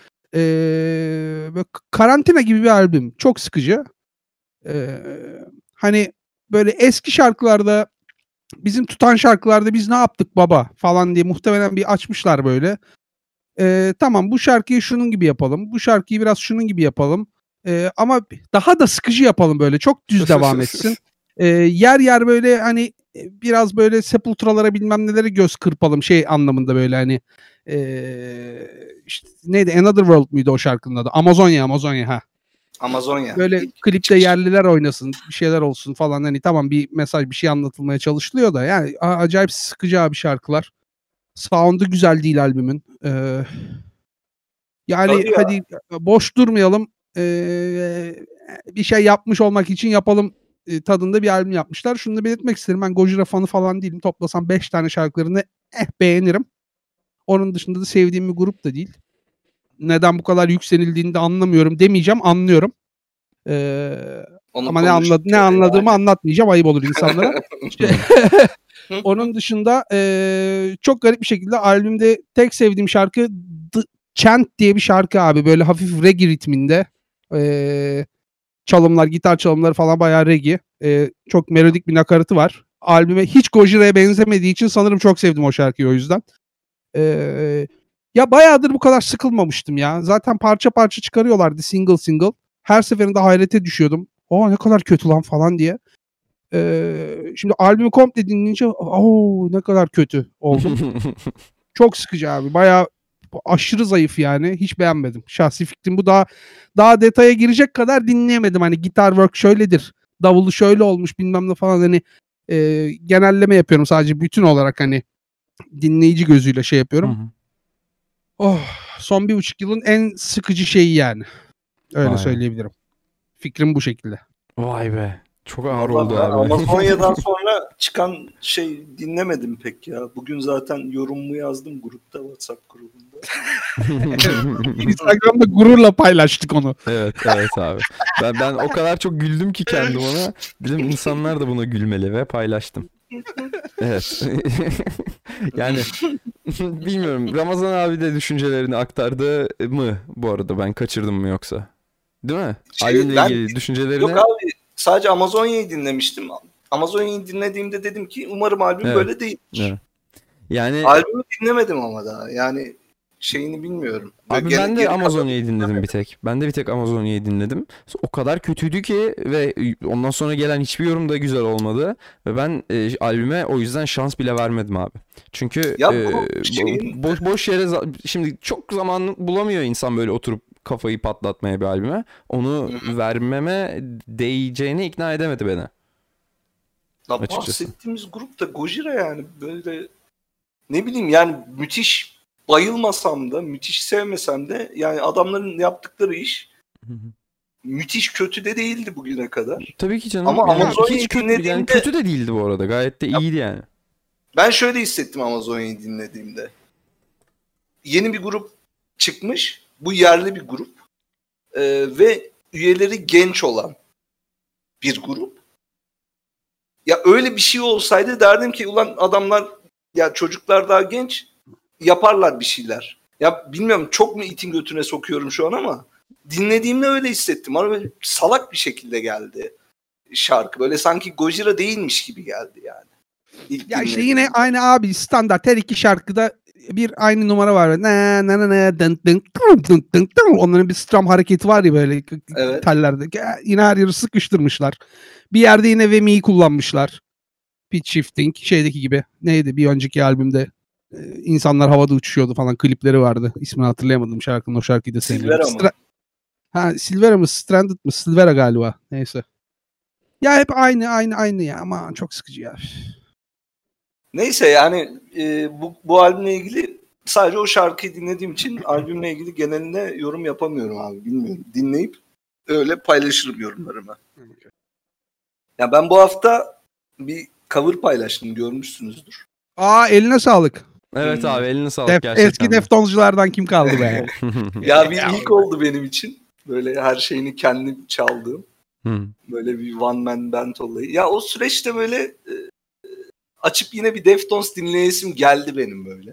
Ee, karantina gibi bir albüm. Çok sıkıcı. Ee, hani böyle eski şarkılarda bizim tutan şarkılarda biz ne yaptık baba falan diye muhtemelen bir açmışlar böyle. Ee, tamam bu şarkıyı şunun gibi yapalım. Bu şarkıyı biraz şunun gibi yapalım. Ee, ama daha da sıkıcı yapalım böyle. Çok düz devam etsin. Ee, yer yer böyle hani biraz böyle Sepultura'lara bilmem nelere göz kırpalım şey anlamında böyle hani ee, işte neydi Another World muydu o şarkının adı? Amazonya Amazonya ha. Amazonya. Böyle klipte yerliler oynasın, bir şeyler olsun falan hani tamam bir mesaj bir şey anlatılmaya çalışılıyor da yani acayip sıkıcı abi şarkılar. Sound'u güzel değil albümün. Ee, yani hadi boş durmayalım. Ee, bir şey yapmış olmak için yapalım e, tadında bir albüm yapmışlar. Şunu da belirtmek isterim. Ben Gojira fanı falan değilim. Toplasam beş tane şarkılarını eh beğenirim. Onun dışında da sevdiğim bir grup da değil. Neden bu kadar yükselildiğini de anlamıyorum demeyeceğim. Anlıyorum. Ee, ama ne, anlad ne anladığımı yani. Anlatmayacağım. Ayıp olur insanlara. Onun dışında e, çok garip bir şekilde albümde tek sevdiğim şarkı The Chant diye bir şarkı abi. Böyle hafif reggae ritminde. E, çalımlar, gitar çalımları falan bayağı reggae. E, çok melodik bir nakaratı var. Albüme hiç Gojira'ya benzemediği için sanırım çok sevdim o şarkıyı o yüzden. E, ya bayağıdır bu kadar sıkılmamıştım ya. Zaten parça parça çıkarıyorlardı single single. Her seferinde hayrete düşüyordum. Aa ne kadar kötü lan falan diye. Ee, şimdi albümü komple dinleyince ooo ne kadar kötü oldum. Çok sıkıcı abi. Bayağı aşırı zayıf yani. Hiç beğenmedim. Şahsi fikrim bu. Daha daha detaya girecek kadar dinleyemedim. Hani gitar work şöyledir. Davulu şöyle olmuş bilmem ne falan hani e, genelleme yapıyorum sadece bütün olarak hani dinleyici gözüyle şey yapıyorum. Hı hı. Oh, son bir buçuk yılın en sıkıcı şeyi yani. Öyle Vay. söyleyebilirim. Fikrim bu şekilde. Vay be. Çok ağır Vallahi oldu abi. Amazonya'dan sonra çıkan şey dinlemedim pek ya. Bugün zaten yorumumu yazdım grupta, WhatsApp grubunda. Instagram'da gururla paylaştık onu. Evet, evet abi. Ben ben o kadar çok güldüm ki kendim ona. Dedim insanlar da buna gülmeli ve paylaştım. Evet. Yani bilmiyorum. Ramazan abi de düşüncelerini aktardı mı bu arada? Ben kaçırdım mı yoksa? Değil mi? Şey, Albümle ben, ilgili düşüncelerini. Yok abi. Sadece Amazonya'yı dinlemiştim. Amazonya'yı dinlediğimde dedim ki umarım albüm evet. böyle değildir. Evet. Yani albümü dinlemedim ama daha. Yani şeyini bilmiyorum. Abi gene, ben de Amazonya'yı dinledim dinlemedim. bir tek. Ben de bir tek Amazonya'yı dinledim. O kadar kötüydü ki ve ondan sonra gelen hiçbir yorum da güzel olmadı ve ben e, albüme o yüzden şans bile vermedim abi. Çünkü ya e, bu şeyin... boş boş yere şimdi çok zaman bulamıyor insan böyle oturup kafayı patlatmaya bir albüme. Onu Hı-hı. vermeme değeceğini ikna edemedi beni. La bahsettiğimiz grup da Gojira yani böyle ne bileyim yani müthiş bayılmasam da müthiş sevmesem de yani adamların yaptıkları iş Hı-hı. müthiş kötü de değildi bugüne kadar. Tabii ki canım. Ama yani Amazonya'yı hiç kötü, dinlediğimde... yani kötü de değildi bu arada. Gayet de iyiydi yani. Ben şöyle hissettim Amazonya'yı dinlediğimde. Yeni bir grup çıkmış. Bu yerli bir grup. Ee, ve üyeleri genç olan bir grup. Ya öyle bir şey olsaydı derdim ki ulan adamlar ya çocuklar daha genç yaparlar bir şeyler. Ya bilmiyorum çok mu itin götüne sokuyorum şu an ama dinlediğimde öyle hissettim. Bana böyle salak bir şekilde geldi şarkı. Böyle sanki Gojira değilmiş gibi geldi yani. İlk ya işte yine aynı abi standart her iki şarkıda bir aynı numara var. Na na na na dın dın dın dın dın. Onların bir strum hareketi var ya böyle evet. tellerde. Yine her yeri sıkıştırmışlar. Bir yerde yine Vemi'yi kullanmışlar. Pitch shifting şeydeki gibi. Neydi bir önceki albümde insanlar havada uçuşuyordu falan klipleri vardı. İsmini hatırlayamadım şarkının o şarkıyı da sevmiyorum. Silvera mı? Ha Silvera mı? Stranded mı? Silvera galiba. Neyse. Ya hep aynı aynı aynı ya. Aman çok sıkıcı ya. Neyse yani e, bu, bu albümle ilgili sadece o şarkıyı dinlediğim için albümle ilgili geneline yorum yapamıyorum abi. Bilmiyorum. Dinleyip öyle paylaşırım yorumlarımı. Ya ben bu hafta bir cover paylaştım, görmüşsünüzdür. Aa, eline sağlık. Evet Hmm. abi, eline sağlık Def, gerçekten. eski Deftones'culardan kim kaldı be? Ya bir ilk oldu benim için. Böyle her şeyini kendim çaldığım. Hmm. Böyle bir one man band olayı. Ya o süreçte böyle e, açıp yine bir Deftones dinleyesim geldi benim böyle.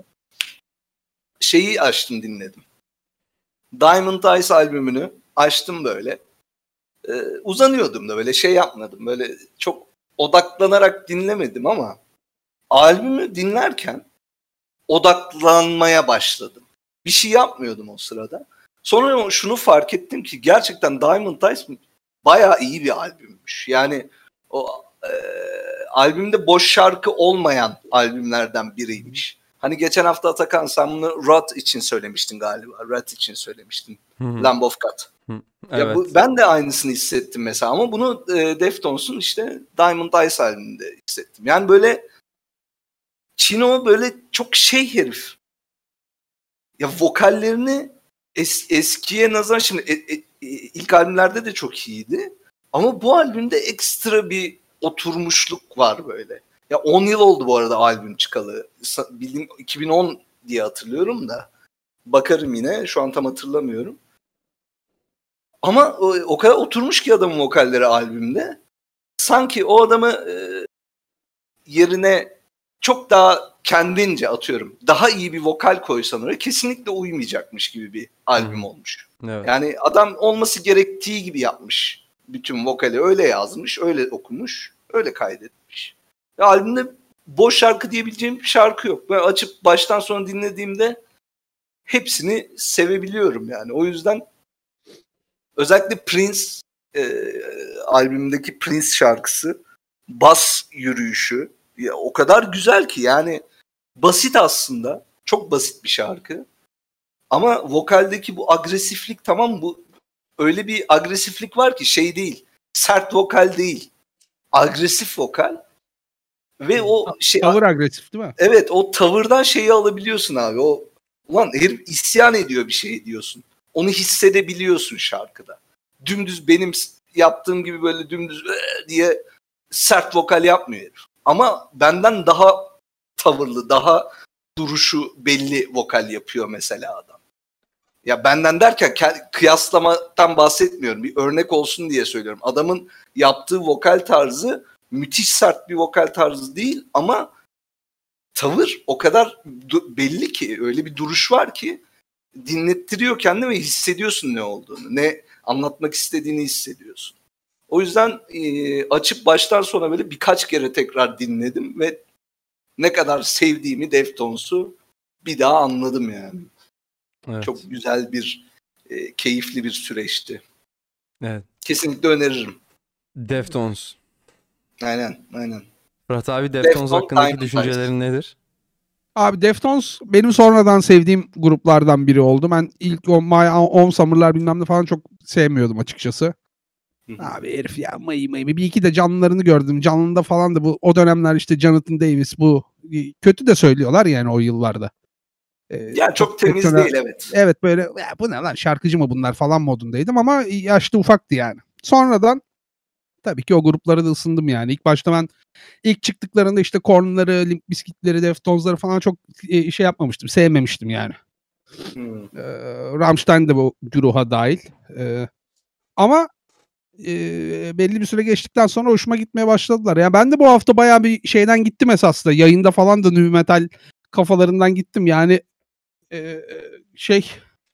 Şeyi açtım, dinledim. Diamond Eyes albümünü açtım böyle. Ee, uzanıyordum da böyle, şey yapmadım. Böyle çok odaklanarak dinlemedim ama albümü dinlerken odaklanmaya başladım. Bir şey yapmıyordum o sırada. Sonra şunu fark ettim ki gerçekten Diamond Eyes bayağı iyi bir albümmüş. Yani o e, albümde boş şarkı olmayan albümlerden biriymiş. Hani geçen hafta Atakan, sen bunu Rot için söylemiştin galiba. Rot için söylemiştin. Lamb of God. Evet. Ya bu, ben de aynısını hissettim mesela, ama bunu e, Deftones'un işte Diamond Eyes albümünde hissettim. Yani böyle Chino böyle çok şey herif. Ya vokallerini es, eskiye nazaran, şimdi e, e, ilk albümlerde de çok iyiydi. Ama bu albümde ekstra bir oturmuşluk var böyle. Ya on yıl oldu bu arada albüm çıkalı. Bildiğim iki bin on diye hatırlıyorum da. Bakarım yine, şu an tam hatırlamıyorum. Ama o, o kadar oturmuş ki adamın vokalleri albümde. Sanki o adamı e, yerine çok daha kendince, atıyorum, daha iyi bir vokal koysan oraya kesinlikle uymayacakmış gibi bir albüm hmm. olmuş. Evet. Yani adam olması gerektiği gibi yapmış. Bütün vokali öyle yazmış, öyle okumuş, öyle kaydetmiş. Ve albümde boş şarkı diyebileceğim bir şarkı yok. Ben açıp baştan sona dinlediğimde hepsini sevebiliyorum yani. O yüzden özellikle Prince e, albümdeki Prince şarkısı, bas yürüyüşü ya, o kadar güzel ki yani, basit aslında, çok basit bir şarkı ama vokaldeki bu agresiflik, tamam, bu öyle bir agresiflik var ki şey değil, sert vokal değil, agresif vokal ve o şey, tavır agresif değil mi? Evet, o tavırdan şeyi alabiliyorsun abi, o ulan herif isyan ediyor bir şey diyorsun. Onu hissedebiliyorsun şarkıda. Dümdüz benim yaptığım gibi böyle dümdüz diye sert vokal yapmıyor herif. Ama benden daha tavırlı, daha duruşu belli vokal yapıyor mesela adam. Ya benden derken kıyaslamadan bahsetmiyorum. Bir örnek olsun diye söylüyorum. Adamın yaptığı vokal tarzı müthiş sert bir vokal tarzı değil ama tavır o kadar belli ki, öyle bir duruş var ki dinlettiriyor kendini ve hissediyorsun ne olduğunu, ne anlatmak istediğini hissediyorsun. O yüzden e, açıp baştan sona böyle birkaç kere tekrar dinledim ve ne kadar sevdiğimi Deftones'u bir daha anladım yani. Evet. Çok güzel bir, e, keyifli bir süreçti. Evet. Kesinlikle öneririm. Deftones. Aynen, aynen. Fırat abi, Deftones Deftones hakkındaki düşüncelerin nedir? Abi Deftones benim sonradan sevdiğim gruplardan biri oldu. Ben ilk o My Own Summer'lar bilmem ne falan çok sevmiyordum açıkçası. Hı-hı. Abi herif ya mayı mayı. Bir iki de canlılarını gördüm. Canlıda falan da bu o dönemler işte Jonathan Davis, bu kötü de söylüyorlar yani o yıllarda. Ee, ya çok temiz sonra, değil evet. Evet böyle ya bu ne lan, şarkıcı mı bunlar falan modundaydım ama yaşlı ufaktı yani. Sonradan tabii ki o gruplara da ısındım yani. İlk başta ben ilk çıktıklarında işte Korn'ları, Limp Bizkit'leri, Deftones'ları falan çok e, şey yapmamıştım. Sevmemiştim yani. Hmm. Ee, Rammstein de bu güruha dahil. Ee, ama e, belli bir süre geçtikten sonra hoşuma gitmeye başladılar. Yani ben de bu hafta bayağı bir şeyden gittim esasında. Yayında falan da nu metal kafalarından gittim. Yani e, şey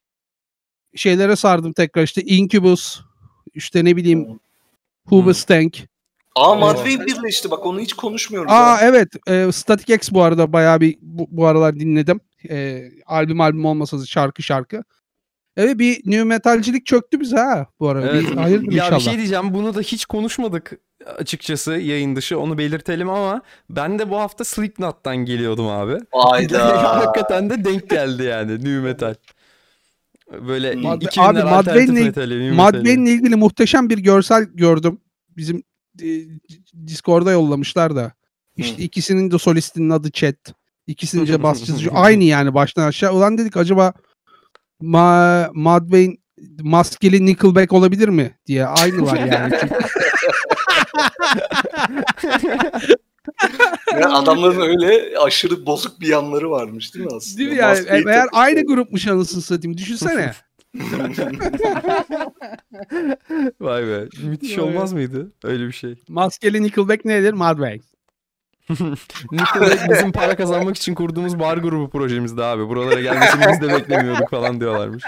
şeylere sardım tekrar, işte Incubus, işte ne bileyim hmm. Hoobastank. Aa, Madve'yi birleşti bak, onu hiç konuşmuyoruz. Aa ha. Evet, e, Static X bu arada bayağı bir bu, bu aralar dinledim. E, albüm albüm olmasa şarkı şarkı. Evet, bir new metalcilik çöktü bize ha bu arada. Evet. Bir, hayırdır ya inşallah. Bir şey diyeceğim, bunu da hiç konuşmadık açıkçası yayın dışı, onu belirtelim ama ben de bu hafta Slipknot'tan geliyordum abi. Hayda. Hakikaten de denk geldi yani new metal. Böyle hmm. iki binler alternatif metali. Madve'yle ilgili muhteşem bir görsel gördüm. Bizim e, Discord'a yollamışlar da. İşte hmm. ikisinin de solistinin adı Chet. İkisinin de basçısı aynı yani baştan aşağı. Ulan dedik acaba Ma Madve'in maskeli Nickelback olabilir mi diye, aynılar yani. Yani adamların öyle aşırı bozuk bir yanları varmış değil mi aslında? Değil mi yani? Maskeyi Eğer takıp- aynı grupmuş anasını satayım. Düşünsene. Vay be. Müthiş Vay. olmaz mıydı öyle bir şey? Maskeli Nickelback nedir? Mudvayne. Nickelback bizim para kazanmak için kurduğumuz bar grubu projemizdi abi. Buralara gelmesini biz de beklemiyorduk falan diyorlarmış.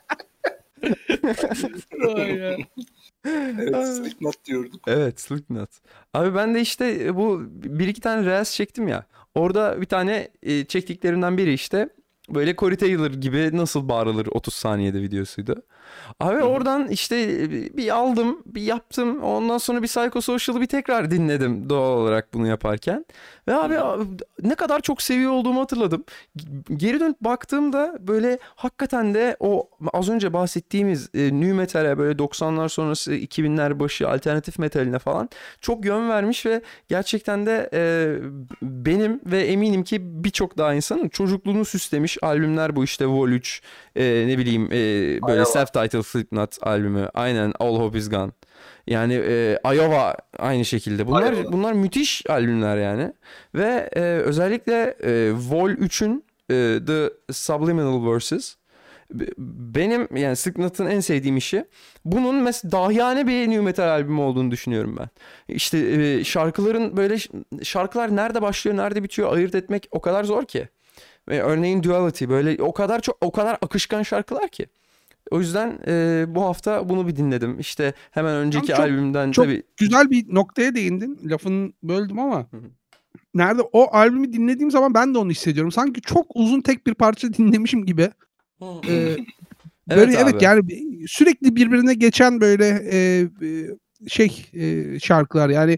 Evet, Slipknot diyorduk. Evet, Slipknot. Abi ben de işte bu bir iki tane reels çektim ya. Orada bir tane e, çektiklerimden biri işte böyle Corey Taylor gibi nasıl bağırılır otuz saniyede videosuydu. Abi Hı hı. oradan işte bir aldım, bir yaptım. Ondan sonra bir Psychosocial'ı bir tekrar dinledim doğal olarak bunu yaparken. Ve abi ne kadar çok seviyor olduğumu hatırladım. Geri dönüp baktığımda böyle hakikaten de o az önce bahsettiğimiz e, nu metal'e böyle doksanlar sonrası iki binler başı alternatif metaline falan çok yön vermiş ve gerçekten de e, benim ve eminim ki birçok daha insanın çocukluğunu süslemiş albümler bu işte Vol üç, e, ne bileyim e, böyle Iowa. self-titled Slipknot albümü, aynen All Hope Is Gone. Yani e, Iowa aynı şekilde. Bunlar Iowa. bunlar müthiş albümler yani. Ve e, özellikle e, Vol üçün e, The Subliminal Verses b- benim yani Slipknot'ın en sevdiğim işi. Bunun mes dahiyane bir nu metal albümü olduğunu düşünüyorum ben. İşte e, şarkıların böyle şarkılar nerede başlıyor, nerede bitiyor ayırt etmek o kadar zor ki. Ve örneğin Duality böyle o kadar çok o kadar akışkan şarkılar ki. O yüzden e, bu hafta bunu bir dinledim. İşte hemen önceki çok- albümden çok tabii. Güzel bir noktaya değindin. Lafını böldüm ama. Hı hı. Nerede o albümü dinlediğim zaman ben de onu hissediyorum. Sanki çok uzun tek bir parça dinlemişim gibi. Ee, böyle evet, abi. yani bir- sürekli birbirine geçen böyle e, e, şey e, şarkılar yani.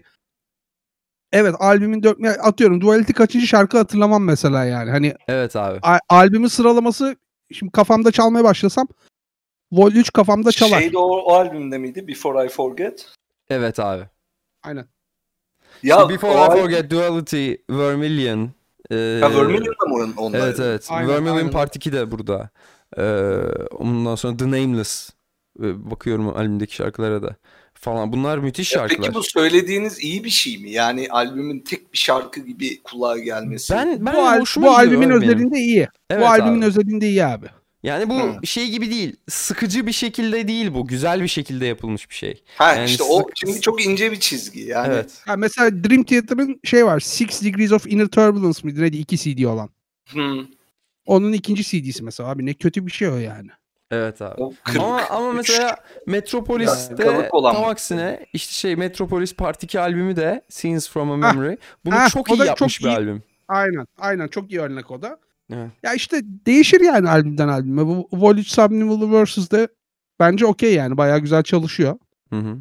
Evet, albümün dört atıyorum Duality kaçıncı şarkı hatırlamam mesela yani. Hani Evet abi. a- albümün sıralaması şimdi kafamda çalmaya başlasam Vol üç kafamda çalar. Şeyde o, o albümde miydi? Before I Forget. Evet abi. Aynen. Ya İşte Before o I albüm- Forget, Duality, Vermilion. E, Ha, Vermilion'da mı onun- onlar? Evet evet. Aynen, Vermilion aynen. Part iki de burada. Ee, ondan sonra The Nameless. Ee, bakıyorum albümdeki şarkılara da. Falan. Bunlar müthiş Ya şarkılar. peki bu söylediğiniz iyi bir şey mi? Yani albümün tek bir şarkı gibi kulağa gelmesi. Ben ben bu al- hoşuma bu gidiyor albümün abi benim. özelinde iyi. Evet bu albümün abi. özelinde iyi abi. Yani bu Hı. şey gibi değil. Sıkıcı bir şekilde değil bu. Güzel bir şekilde yapılmış bir şey. Ha Yani işte o sık- çünkü çok ince bir çizgi yani. Evet. Ha, mesela Dream Theater'ın şey var. Six Degrees of Inner Turbulence mıydı? Neydi? iki C D olan. Hı. Onun ikinci C D'si mesela abi. Ne kötü bir şey o yani. Evet abi. O kırk, Ama ama üç. mesela Metropolis'te Kalıp olan tam mı? aksine işte şey Metropolis Part iki albümü de Scenes from a Ah, Memory. Bunu ah, çok o iyi da yapmış çok bir iyi. albüm. Aynen. Aynen. Çok iyi örnek o da. Evet. Ya işte değişir yani albümden albüme. Bu Vol üç Subliminal Versus'de bence okey yani. Bayağı güzel çalışıyor. Hı hı.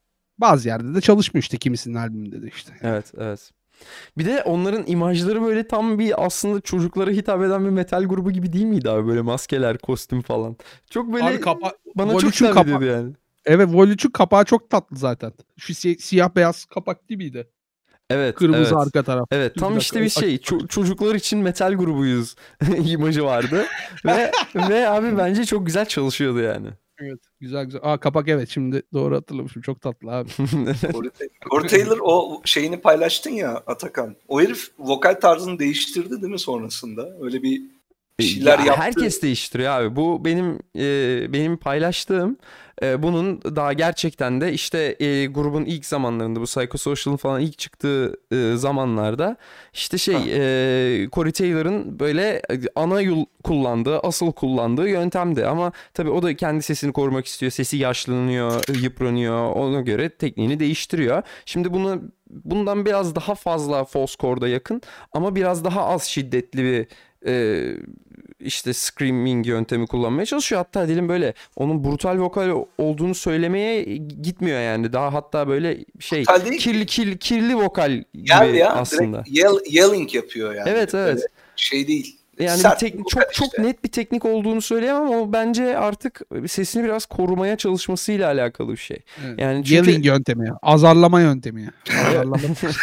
Bazı yerde de çalışmıyor işte kimisinin albümünde de işte. Evet, evet. Bir de onların imajları böyle tam bir aslında çocuklara hitap eden bir metal grubu gibi değil miydi abi? Böyle maskeler, kostüm falan. Çok böyle Abi kapa- bana Vol çok üçün hitap kapa- ediyordu yani. Evet, Vol üçün kapağı çok tatlı zaten. Şu si- siyah beyaz kapak değil miydi? Evet, Kırmızı evet. arka taraf. Evet, Dur tam bir işte dakika, bir şey. aç- ço- çocuklar için metal grubuyuz imajı vardı. ve ve abi bence çok güzel çalışıyordu yani. Evet, güzel güzel. Aa, kapak evet, şimdi doğru hatırlamışım. Çok tatlı abi. Corey Corey Taylor o şeyini paylaştın ya Atakan. O herif vokal tarzını değiştirdi değil mi sonrasında? Öyle bir bir şeyler Ya yaptı. herkes değiştiriyor abi. Bu benim e, benim paylaştığım e, bunun daha gerçekten de işte e, grubun ilk zamanlarında bu Psychosocial'ın falan ilk çıktığı e, zamanlarda işte şey e, Corey Taylor'ın böyle ana yol kullandığı, asıl kullandığı yöntemdi. Ama tabii o da kendi sesini korumak istiyor. Sesi yaşlanıyor, yıpranıyor. Ona göre tekniğini değiştiriyor. Şimdi bunu bundan biraz daha fazla false chord'a yakın ama biraz daha az şiddetli bir e, işte screaming yöntemi kullanmaya çalışıyor. Hatta dilim böyle onun brutal vokal olduğunu söylemeye gitmiyor yani. Daha hatta böyle şey Brutal değil kirli kirli kirli vokal gibi Gel ya aslında. direkt yell, yelling yapıyor yani. Evet evet. Böyle şey değil. Yani Sert bir teknik, vokal çok çok işte. net bir teknik olduğunu söyleyemem ama bence artık sesini biraz korumaya çalışmasıyla alakalı bir şey. Evet. Yani çünkü Yelling yöntemi. Azarlama yöntemi. Azarlama.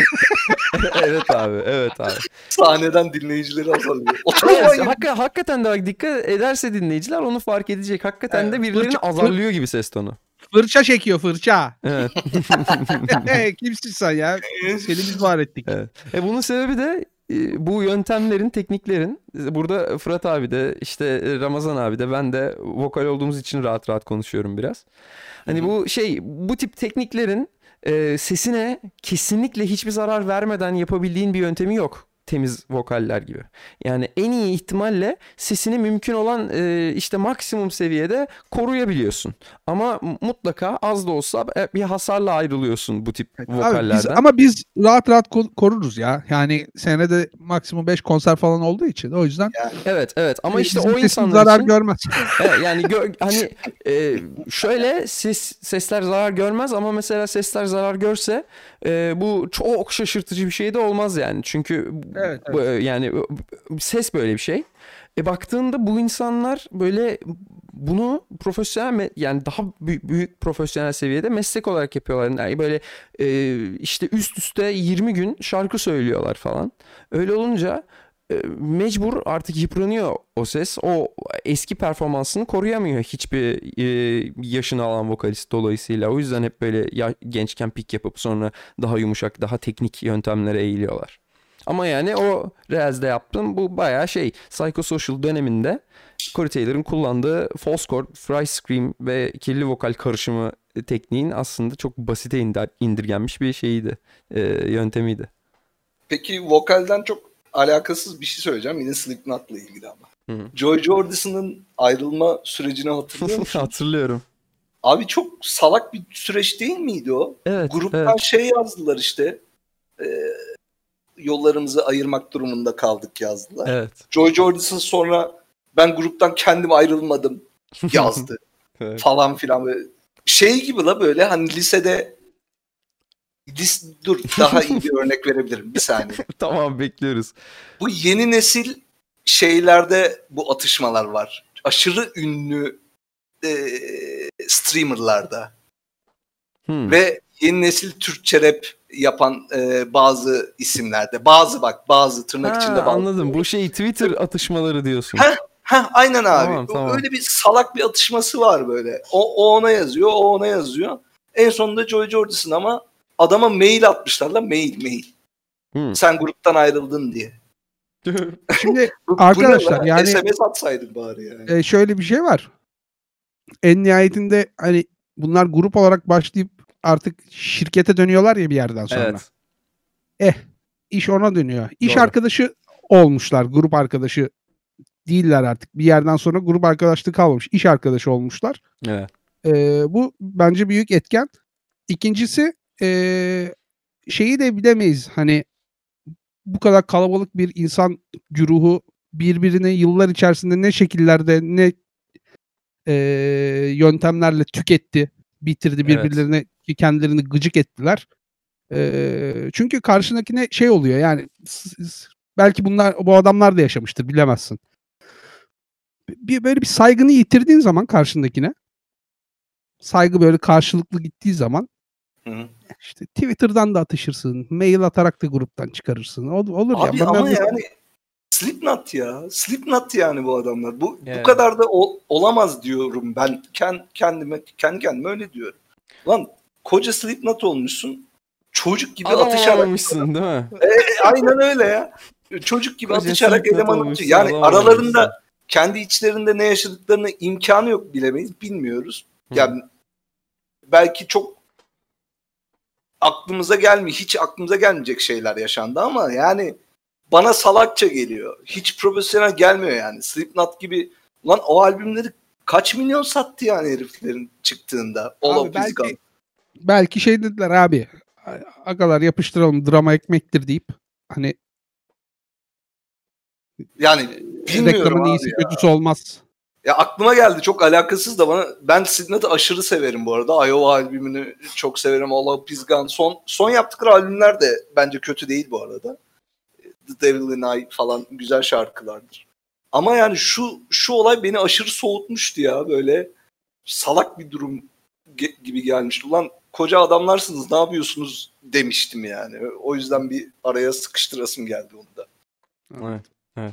evet abi, evet abi. Sahneden dinleyicileri azalıyor. Evet, Oturmayın. hakikaten, hakikaten de bak dikkat ederse dinleyiciler onu fark edecek. Hakikaten de Evet. birilerini Fırça- azarlıyor gibi ses tonu. Fırça çekiyor fırça. Evet. Kimsin sen ya? Seni biz var ettik. Evet. E bunun sebebi de e, bu yöntemlerin, tekniklerin, burada Fırat abi de, işte Ramazan abi de, ben de vokal olduğumuz için rahat rahat konuşuyorum biraz. Hani Hı hı. bu şey, bu tip tekniklerin e, sesine kesinlikle hiçbir zarar vermeden yapabildiğin bir yöntemi yok. Temiz vokaller gibi. Yani en iyi ihtimalle sesini mümkün olan e, işte maksimum seviyede koruyabiliyorsun. Ama mutlaka az da olsa bir hasarla ayrılıyorsun bu tip Abi biz, vokallerden. ama biz rahat rahat ko- koruruz ya. Yani senede maksimum beş konser falan olduğu için. O yüzden Evet evet ama işte bizim o sesimiz insanlar zarar için görmez. evet, yani gö- hani e, şöyle ses sesler zarar görmez ama mesela sesler zarar görse e, bu çok şaşırtıcı bir şey de olmaz yani. Çünkü Evet, bu, yani ses böyle bir şey. E baktığında bu insanlar böyle bunu profesyonel me- yani daha büyük, büyük profesyonel seviyede meslek olarak yapıyorlar. Yani böyle e, işte üst üste yirmi gün şarkı söylüyorlar falan. Öyle olunca e, mecbur artık yıpranıyor o ses. O eski performansını koruyamıyor hiçbir e, yaşını alan vokalist dolayısıyla. O yüzden hep böyle ya, gençken pik yapıp sonra daha yumuşak, daha teknik yöntemlere eğiliyorlar. Ama yani o Reels'de yaptım. Bu bayağı şey, Psychosocial döneminde Corey Taylor'ın kullandığı false chord, fry scream ve kirli vokal karışımı tekniğin aslında çok basite indir, indirgenmiş bir şeyiydi. E, yöntemiydi. Peki vokalden çok alakasız bir şey söyleyeceğim. Yine Slipknot'la ilgili ama. Hı hı. Joy Jordison'ın ayrılma sürecini hatırlıyor musun? Hatırlıyorum. Abi çok salak bir süreç değil miydi o? Evet, Gruptan evet. şey yazdılar işte. E, yollarımızı ayırmak durumunda kaldık yazdılar. Evet. Joy Jordison sonra ben gruptan kendim ayrılmadım yazdı. Evet. Falan filan böyle. Şey gibi la böyle hani lisede lis, dur daha iyi bir örnek verebilirim bir saniye. Tamam, bekliyoruz. Bu yeni nesil şeylerde bu atışmalar var. Aşırı ünlü e, streamerlarda. Hmm. Ve yeni nesil Türkçe rap yapan e, bazı isimlerde. Bazı bak bazı tırnak Ha, içinde bazı. anladım. Bu şey Twitter atışmaları diyorsun. Heh, heh, aynen abi. Tamam, tamam. Öyle bir salak bir atışması var böyle. O, o ona yazıyor, o ona yazıyor. En sonunda Joy Jordison ama adama mail atmışlar la mail mail. Hmm. Sen gruptan ayrıldın diye. Şimdi Bu, arkadaşlar bu ne yani S M S atsaydın bari yani. e, şöyle bir şey var. En nihayetinde hani bunlar grup olarak başlayıp artık şirkete dönüyorlar ya bir yerden sonra. Evet. Eh iş ona dönüyor. İş Doğru. arkadaşı olmuşlar. Grup arkadaşı değiller artık. Bir yerden sonra grup arkadaşlığı kalmamış. İş arkadaşı olmuşlar. Evet. Ee, bu bence büyük etken. İkincisi ee, şeyi de bilemeyiz. Hani bu kadar kalabalık bir insan güruhu birbirini yıllar içerisinde ne şekillerde ne ee, yöntemlerle tüketti, bitirdi, birbirlerine evet. kendilerini gıcık ettiler. Ee, çünkü karşındakine şey oluyor yani belki bunlar bu adamlar da yaşamıştır bilemezsin. Bir böyle bir saygını yitirdiğin zaman karşındakine saygı böyle karşılıklı gittiği zaman Hı-hı. işte Twitter'dan da atışırsın, mail atarak da gruptan çıkarırsın. Ol, olur abi ya. ama mesela... yani Slipknot ya. Slipknot yani bu adamlar. Bu evet. bu kadar da ol, olamaz diyorum ben kend, kendime kendi kendime öyle diyorum. Lan koca Slipknot olmuşsun. Çocuk gibi adam atışarak olmuşsun değil mi? E, aynen öyle ya. Çocuk gibi koca atışarak eleman atıyor. Yani aralarında olmuşsun. Kendi içlerinde ne yaşadıklarını imkanı yok bilemeyiz. Bilmiyoruz. Hı. Yani belki çok aklımıza gelmiyor. Hiç aklımıza gelmeyecek şeyler yaşandı ama yani bana salakça geliyor. Hiç profesyonel gelmiyor yani. Slipknot gibi. Ulan o albümleri kaç milyon sattı yani heriflerin çıktığında. Abi belki, belki şey dediler abi. Agalar yapıştıralım drama ekmektir deyip hani yani bilmiyorum reklamın abi iyisi ya. kötüsü olmaz. Ya aklıma geldi çok alakasız da bana ben Slipknot'u aşırı severim bu arada. Iowa albümünü çok severim. All Up Is Gone. Son, son yaptıkları albümler de bence kötü değil bu arada. The Devil in I falan güzel şarkılardır. Ama yani şu şu olay beni aşırı soğutmuştu ya böyle salak bir durum ge- gibi gelmişti. Ulan koca adamlarsınız ne yapıyorsunuz demiştim yani. O yüzden bir araya sıkıştırasım geldi onu da. Evet, evet.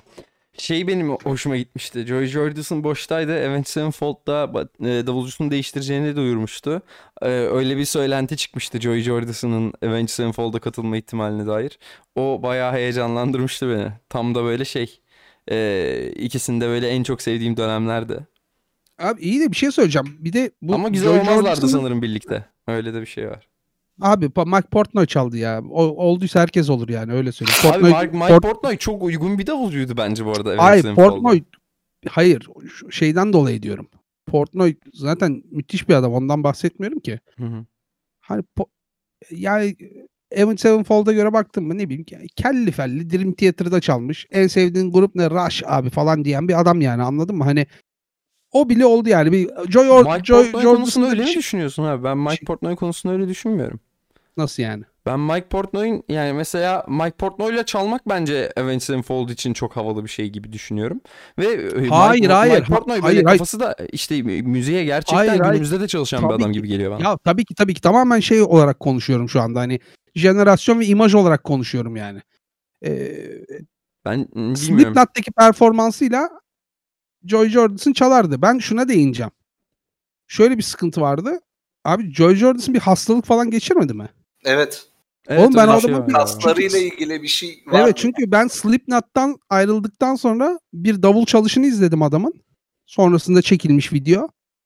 Şey benim hoşuma gitmişti. Joey Jordison boştaydı. Avenged Sevenfold'da e, davulcusunu değiştireceğini duyurmuştu. E, öyle bir söylenti çıkmıştı Joey Jordison'ın Avenged Sevenfold'a katılma ihtimaline dair. O bayağı heyecanlandırmıştı beni. Tam da böyle şey. E, ikisinde böyle en çok sevdiğim dönemlerdi. Abi iyi de bir şey söyleyeceğim. Bir de bu Ama güzel Joey olmazlardı Jordison'ın- sanırım birlikte. Öyle de bir şey var. Abi pa- Mike Portnoy çaldı ya. O, olduysa herkes olur yani öyle söyleyeyim. Abi Portnoy, Mike, Mike Port- Portnoy çok uygun bir davulcuydu bence bu arada. Avenged Ay Sevenfold'a. Portnoy hayır şu şeyden dolayı diyorum. Portnoy zaten müthiş bir adam. Ondan bahsetmiyorum ki. Hı hı. Hani po- yani Avenged Sevenfold'a göre baktım mı ne bileyim ki kelli felli Dream Theater'da çalmış. En sevdiğin grup ne? Rush abi falan diyen bir adam yani anladın mı? Hani o bile oldu yani. Bir Joy Or- Mike Joy Portnoy Jordison'da konusunda öyle bir mi şey- düşünüyorsun abi? Ben Mike Portnoy konusunda öyle düşünmüyorum. Nasıl yani? Ben Mike Portnoy'un yani mesela Mike Portnoy'la çalmak bence Avenged Sevenfold için çok havalı bir şey gibi düşünüyorum. Ve e, Hayır, Mike, hayır. Mike Portnoy Ha- böyle hayır, hayır. kafası da işte müziğe gerçekten Hayır, hayır. günümüzde de çalışan bir Tabii adam ki. gibi geliyor bana. Ya tabii ki tabii ki tamamen şey olarak konuşuyorum şu anda. Hani jenerasyon ve imaj olarak konuşuyorum yani. Ee, Ben mm, bilmiyorum. Slipknot'taki performansıyla Joy Jordison çalardı. Ben şuna değineceğim. Şöyle bir sıkıntı vardı. Abi Joy Jordison bir hastalık falan geçirmedi mi? Evet. Evet, Oğlum ben öyle bir o şey adamın var bir- ya. Kaslarıyla ilgili bir şey var. Evet çünkü ben Slipknot'tan ayrıldıktan sonra bir davul çalışını izledim adamın. Sonrasında çekilmiş video.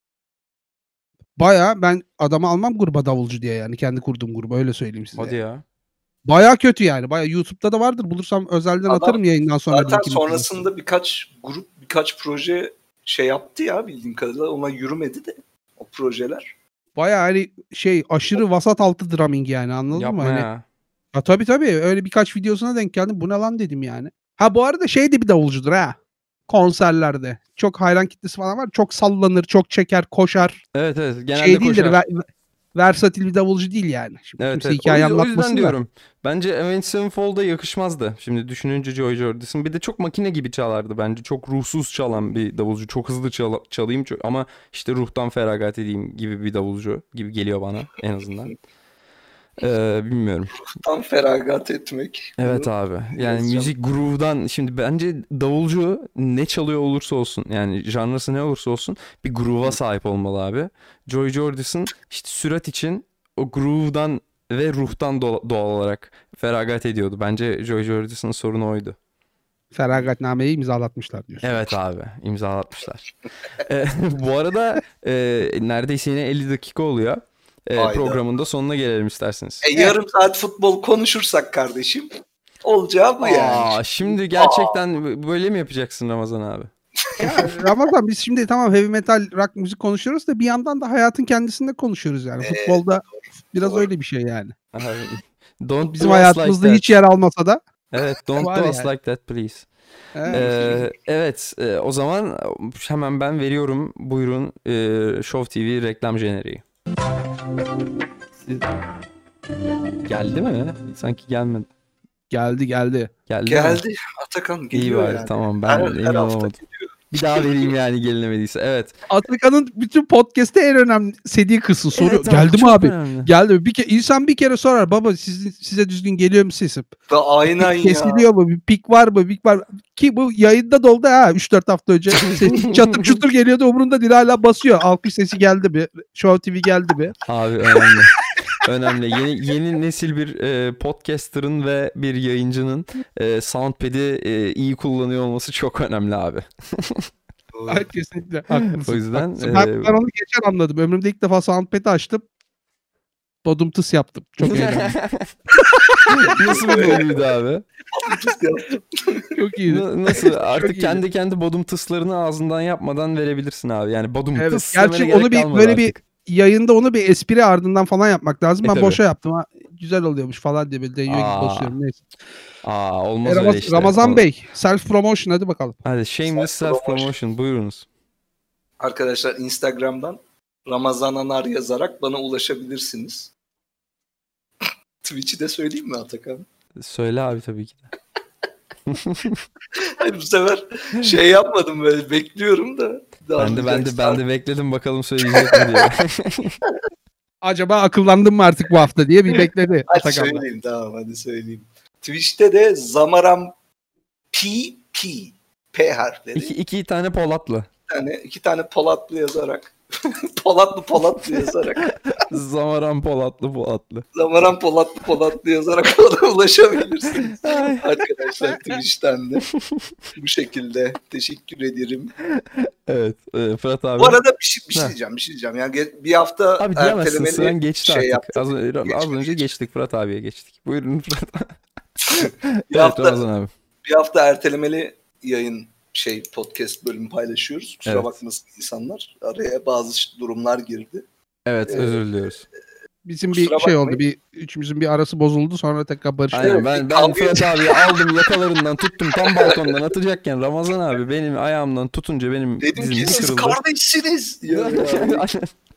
Baya ben adamı almam gruba davulcu diye yani kendi kurduğum gruba öyle söyleyeyim size. Hadi ya. Baya kötü yani. Baya YouTube'da da vardır. Bulursam özelden Adam atarım yayından sonra. Zaten linkini. sonrasında birkaç grup, birkaç proje şey yaptı ya bildiğim kadarıyla. Ona yürümedi de o projeler. Baya hani şey aşırı vasat altı drumming yani anladın Yapma mı? Hani, ya. ha, tabii tabii öyle birkaç videosuna denk geldim. Bu ne lan dedim yani. Ha bu arada şey de bir davulcudur ha. Konserlerde. Çok hayran kitlesi falan var. Çok sallanır, çok çeker, koşar. Evet evet genelde Şey değildir. koşar. Ver, versatil bir davulcu değil yani. Şimdi Evet, kimse evet. hikaye O, yüzden- o anlatmasın yüzden da. diyorum. Bence Avenged Sevenfold'a yakışmazdı. Şimdi düşününce Joy Jordison. Bir de çok makine gibi çalardı bence. Çok ruhsuz çalan bir davulcu. Çok hızlı çal- çalayım çok- ama işte ruhtan feragat edeyim gibi bir davulcu gibi geliyor bana en azından. Ee, bilmiyorum. Tam feragat etmek. Evet Bunu abi. Yani yazacağım. müzik groove'dan şimdi bence davulcu ne çalıyor olursa olsun yani janrası ne olursa olsun bir groove'a sahip olmalı abi. Joy Jordison işte sürat için o groove'dan ve ruhtan do- doğal olarak feragat ediyordu. Bence Joy Jordison'ın sorunu oydu. Feragatnameyi imzalatmışlar diyorsun. Evet abi imzalatmışlar. Ee, bu arada e, neredeyse yine elli dakika oluyor. Ee, Hayda. programın da sonuna gelelim isterseniz. E, yarım saat futbol konuşursak kardeşim olacağı bu yani. Aa, şimdi gerçekten böyle mi yapacaksın Ramazan abi? Ya, Ramazan biz şimdi tamam heavy metal rock müzik konuşuyoruz da bir yandan da hayatın kendisinde konuşuyoruz yani. Ee, Futbolda biraz doğru. öyle bir şey yani. Abi, don't Bizim do us hayatımızda like hiç yer almasa da. that. Evet, don't Var do us yani. like that please. Evet. Ee, evet, e, o zaman hemen ben veriyorum. Buyurun e, Show T V reklam jeneriği. Siz... Geldi mi? Sanki gelmedi. Geldi geldi. Geldi mi? Geldi. Atakan İyi geliyor bari yani. tamam ben Her, emin her hafta olamadım. geliyor. Bir daha vereyim yani gelinemediyse. Evet. Atakan'ın bütün podcast'te en önemsediği kısım soruyor. Evet Geldi mi çok abi? önemli. Geldi mi? Bir ke insan bir kere sorar baba siz, size düzgün geliyor mu sesim? Da aynen ya. Kesiliyor mu? Bir pik var mı? Pik var. Ki bu yayında da oldu ha üç dört hafta önce. Ses çatır çutur geliyordu umurunda değil hala basıyor. Alkış sesi geldi mi? Show T V geldi mi? Abi önemli. Önemli. Yeni yeni nesil bir e, podcaster'ın ve bir yayıncının e, soundpad'i e, iyi kullanıyor olması çok önemli abi. Ay, kesinlikle haklısın. O yüzden, haklısın. Ben, e, ben onu geçen anladım. Ömrümde ilk defa soundpad'i açtım. Bodum tıs yaptım. Çok eğlendim. Nasıl bir bölümdü abi? Çok iyiydi. N- Nasıl? Artık iyiydi. kendi kendi bodum tıslarını ağzından yapmadan verebilirsin abi. Yani bodum Evet. tıs demene Gerçi gerek onu bir kalmadı böyle bir artık. yayında onu bir espri ardından falan yapmak lazım. E, Ben tabii. boşa yaptım. Ha, güzel oluyormuş falan diye böyle deyiyor gibi Aa. basıyorum. Neyse. Aa olmaz E, öyle Ramaz- işte. Ramazan O- Bey self promotion hadi bakalım. Hadi shameless self Self-promotion. promotion buyurunuz. Arkadaşlar Instagram'dan Ramazan Anar yazarak bana ulaşabilirsiniz. Twitch'i de söyleyeyim mi Atakan? Söyle abi tabii ki de. Hayır, bu sefer şey yapmadım böyle bekliyorum da. Ben de ben de ben de bekledim bakalım söyleyecek mi diye. Acaba akıllandım mı artık bu hafta diye bir bekledi. Hadi Atakan. söyleyeyim tamam hadi söyleyeyim. Twitch'te de Zamaram P P P harfleri. İki, iki tane Polatlı. İki tane, iki tane Polatlı yazarak. Polatlı Polatlı yazarak. Zamaran Polatlı Polatlı. Zamaran Polatlı Polatlı yazarak bana ulaşabilirsiniz. Arkadaşlar Twitch'ten de. Bu şekilde. Teşekkür ederim. Evet. E, Fırat abi. Bu arada bir şey, bir şey diyeceğim. Bir şey diyeceğim. Yani bir hafta abi diyemezsin. Sıran geçti şey artık. yaptık. Az, az Geçti, önce geçti. geçtik. Fırat abiye geçtik. Buyurun Fırat abi. Bir Evet hafta, Ramazan abi. bir hafta ertelemeli yayın şey podcast bölümü paylaşıyoruz. Kusura Evet. bakmasın insanlar. Araya bazı durumlar girdi. Evet Ee, özür diliyoruz. Bizim Kusura bir şey bakmayın. oldu. Bir üçümüzün bir arası bozuldu. Sonra tekrar barıştık. Aynen Evet, ben, ben kavga Fırat abiyi aldım yakalarından tuttum tam balkondan atacakken Ramazan abi benim ayağımdan tutunca benim Dedim dizim ki bir siz kırıldı. kardeşsiniz. Ya, ya.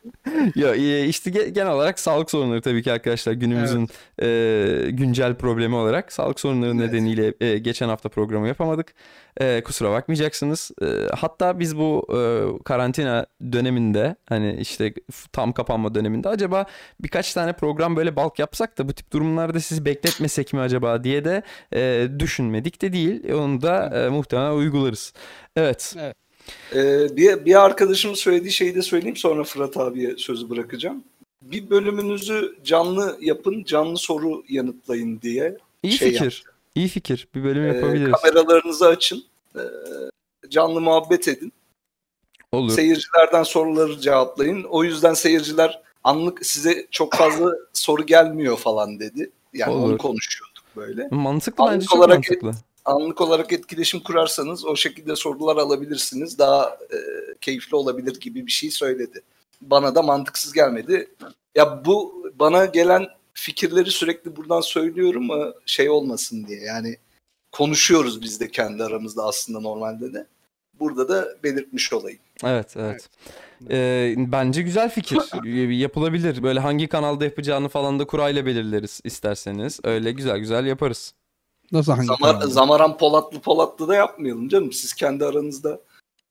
Ya e, işte ge- genel olarak sağlık sorunları tabii ki arkadaşlar günümüzün e, güncel problemi olarak sağlık sorunları Evet. nedeniyle e, geçen hafta programı yapamadık. E, kusura bakmayacaksınız. E, hatta biz bu e, karantina döneminde hani işte f- tam kapanma döneminde acaba birkaç tane program böyle bulk yapsak da bu tip durumlarda sizi bekletmesek mi acaba diye de e, düşünmedik de değil. Onu da e, muhtemelen uygularız. Evet. Ee, bir, bir arkadaşımın söylediği şeyi de söyleyeyim, sonra Fırat abiye sözü bırakacağım. Bir bölümünüzü canlı yapın, canlı soru yanıtlayın diye. İyi şey fikir. yaptı. İyi fikir. Bir bölüm Ee, yapabiliriz. kameralarınızı açın. Ee, canlı muhabbet edin. Olur. Seyircilerden soruları cevaplayın. O yüzden seyirciler anlık size çok fazla soru gelmiyor falan dedi. Yani Olur. onu konuşuyorduk böyle. Mantıklı Anlık bence çok olarak mantıklı. Anlık olarak etkileşim kurarsanız o şekilde sorular alabilirsiniz. Daha e, keyifli olabilir gibi bir şey söyledi. Bana da mantıksız gelmedi. Ya bu bana gelen fikirleri sürekli buradan söylüyorum ama şey olmasın diye. Yani konuşuyoruz biz de kendi aramızda aslında normalde de. Burada da belirtmiş olayım. Evet, evet. Ee, bence güzel fikir. Yapılabilir. Böyle hangi kanalda yapacağını falan da kurayla belirleriz isterseniz. Öyle güzel güzel yaparız. Nasıl hangi Zamar, kanalda? Zamaran Polatlı Polatlı da yapmayalım canım. Siz kendi aranızda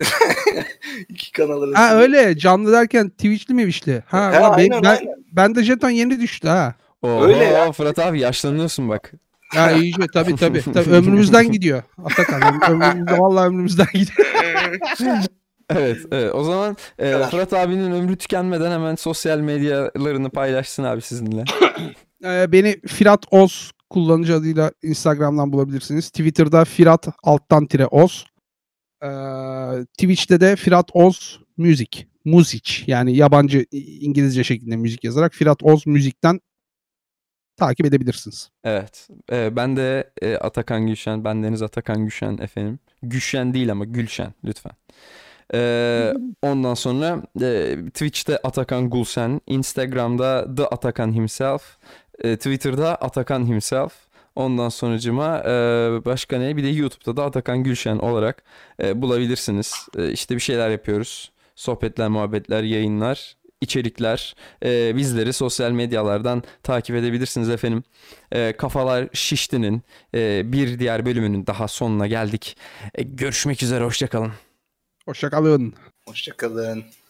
iki kanal arasında. Ha öyle canlı derken Twitch'li mi Twitch'li? Ha, He, ulan ben, aynen, ben, aynen. ben de jeton yeni düştü ha. Oho, Öyle ya. Fırat abi yaşlanıyorsun bak. Ya iyice tabii tabii. tabii ömrümüzden gidiyor. Atakan öm- ömrümüzde vallahi ömrümüzden gidiyor. Evet, evet. O zaman e, kadar. Fırat abinin ömrü tükenmeden hemen sosyal medyalarını paylaşsın abi sizinle. Ee, beni Firat Oz kullanıcı adıyla Instagram'dan bulabilirsiniz. Twitter'da Firat alttan tire Oz. Ee, Twitch'te de Firat Oz Müzik. Muzic yani yabancı İngilizce şeklinde müzik yazarak Firat Oz Müzik'ten takip edebilirsiniz. Evet. E, ben de e, Atakan Gülşen, ben Deniz Atakan Gülşen efendim. Gülşen değil ama Gülşen lütfen. Ee, ondan sonra e, Twitch'te Atakan Gulsen, Instagram'da The Atakan Himself, e, Twitter'da Atakan Himself. Ondan sonracıma e, başka ne? Bir de YouTube'da da Atakan Gülşen olarak e, bulabilirsiniz. E, işte bir şeyler yapıyoruz. Sohbetler, muhabbetler, yayınlar, içerikler. E, bizleri sosyal medyalardan takip edebilirsiniz efendim. E, Kafalar Şişti'nin e, bir diğer bölümünün daha sonuna geldik. E, görüşmek üzere, hoşça kalın. Hoşça kalın. Hoşçakalın.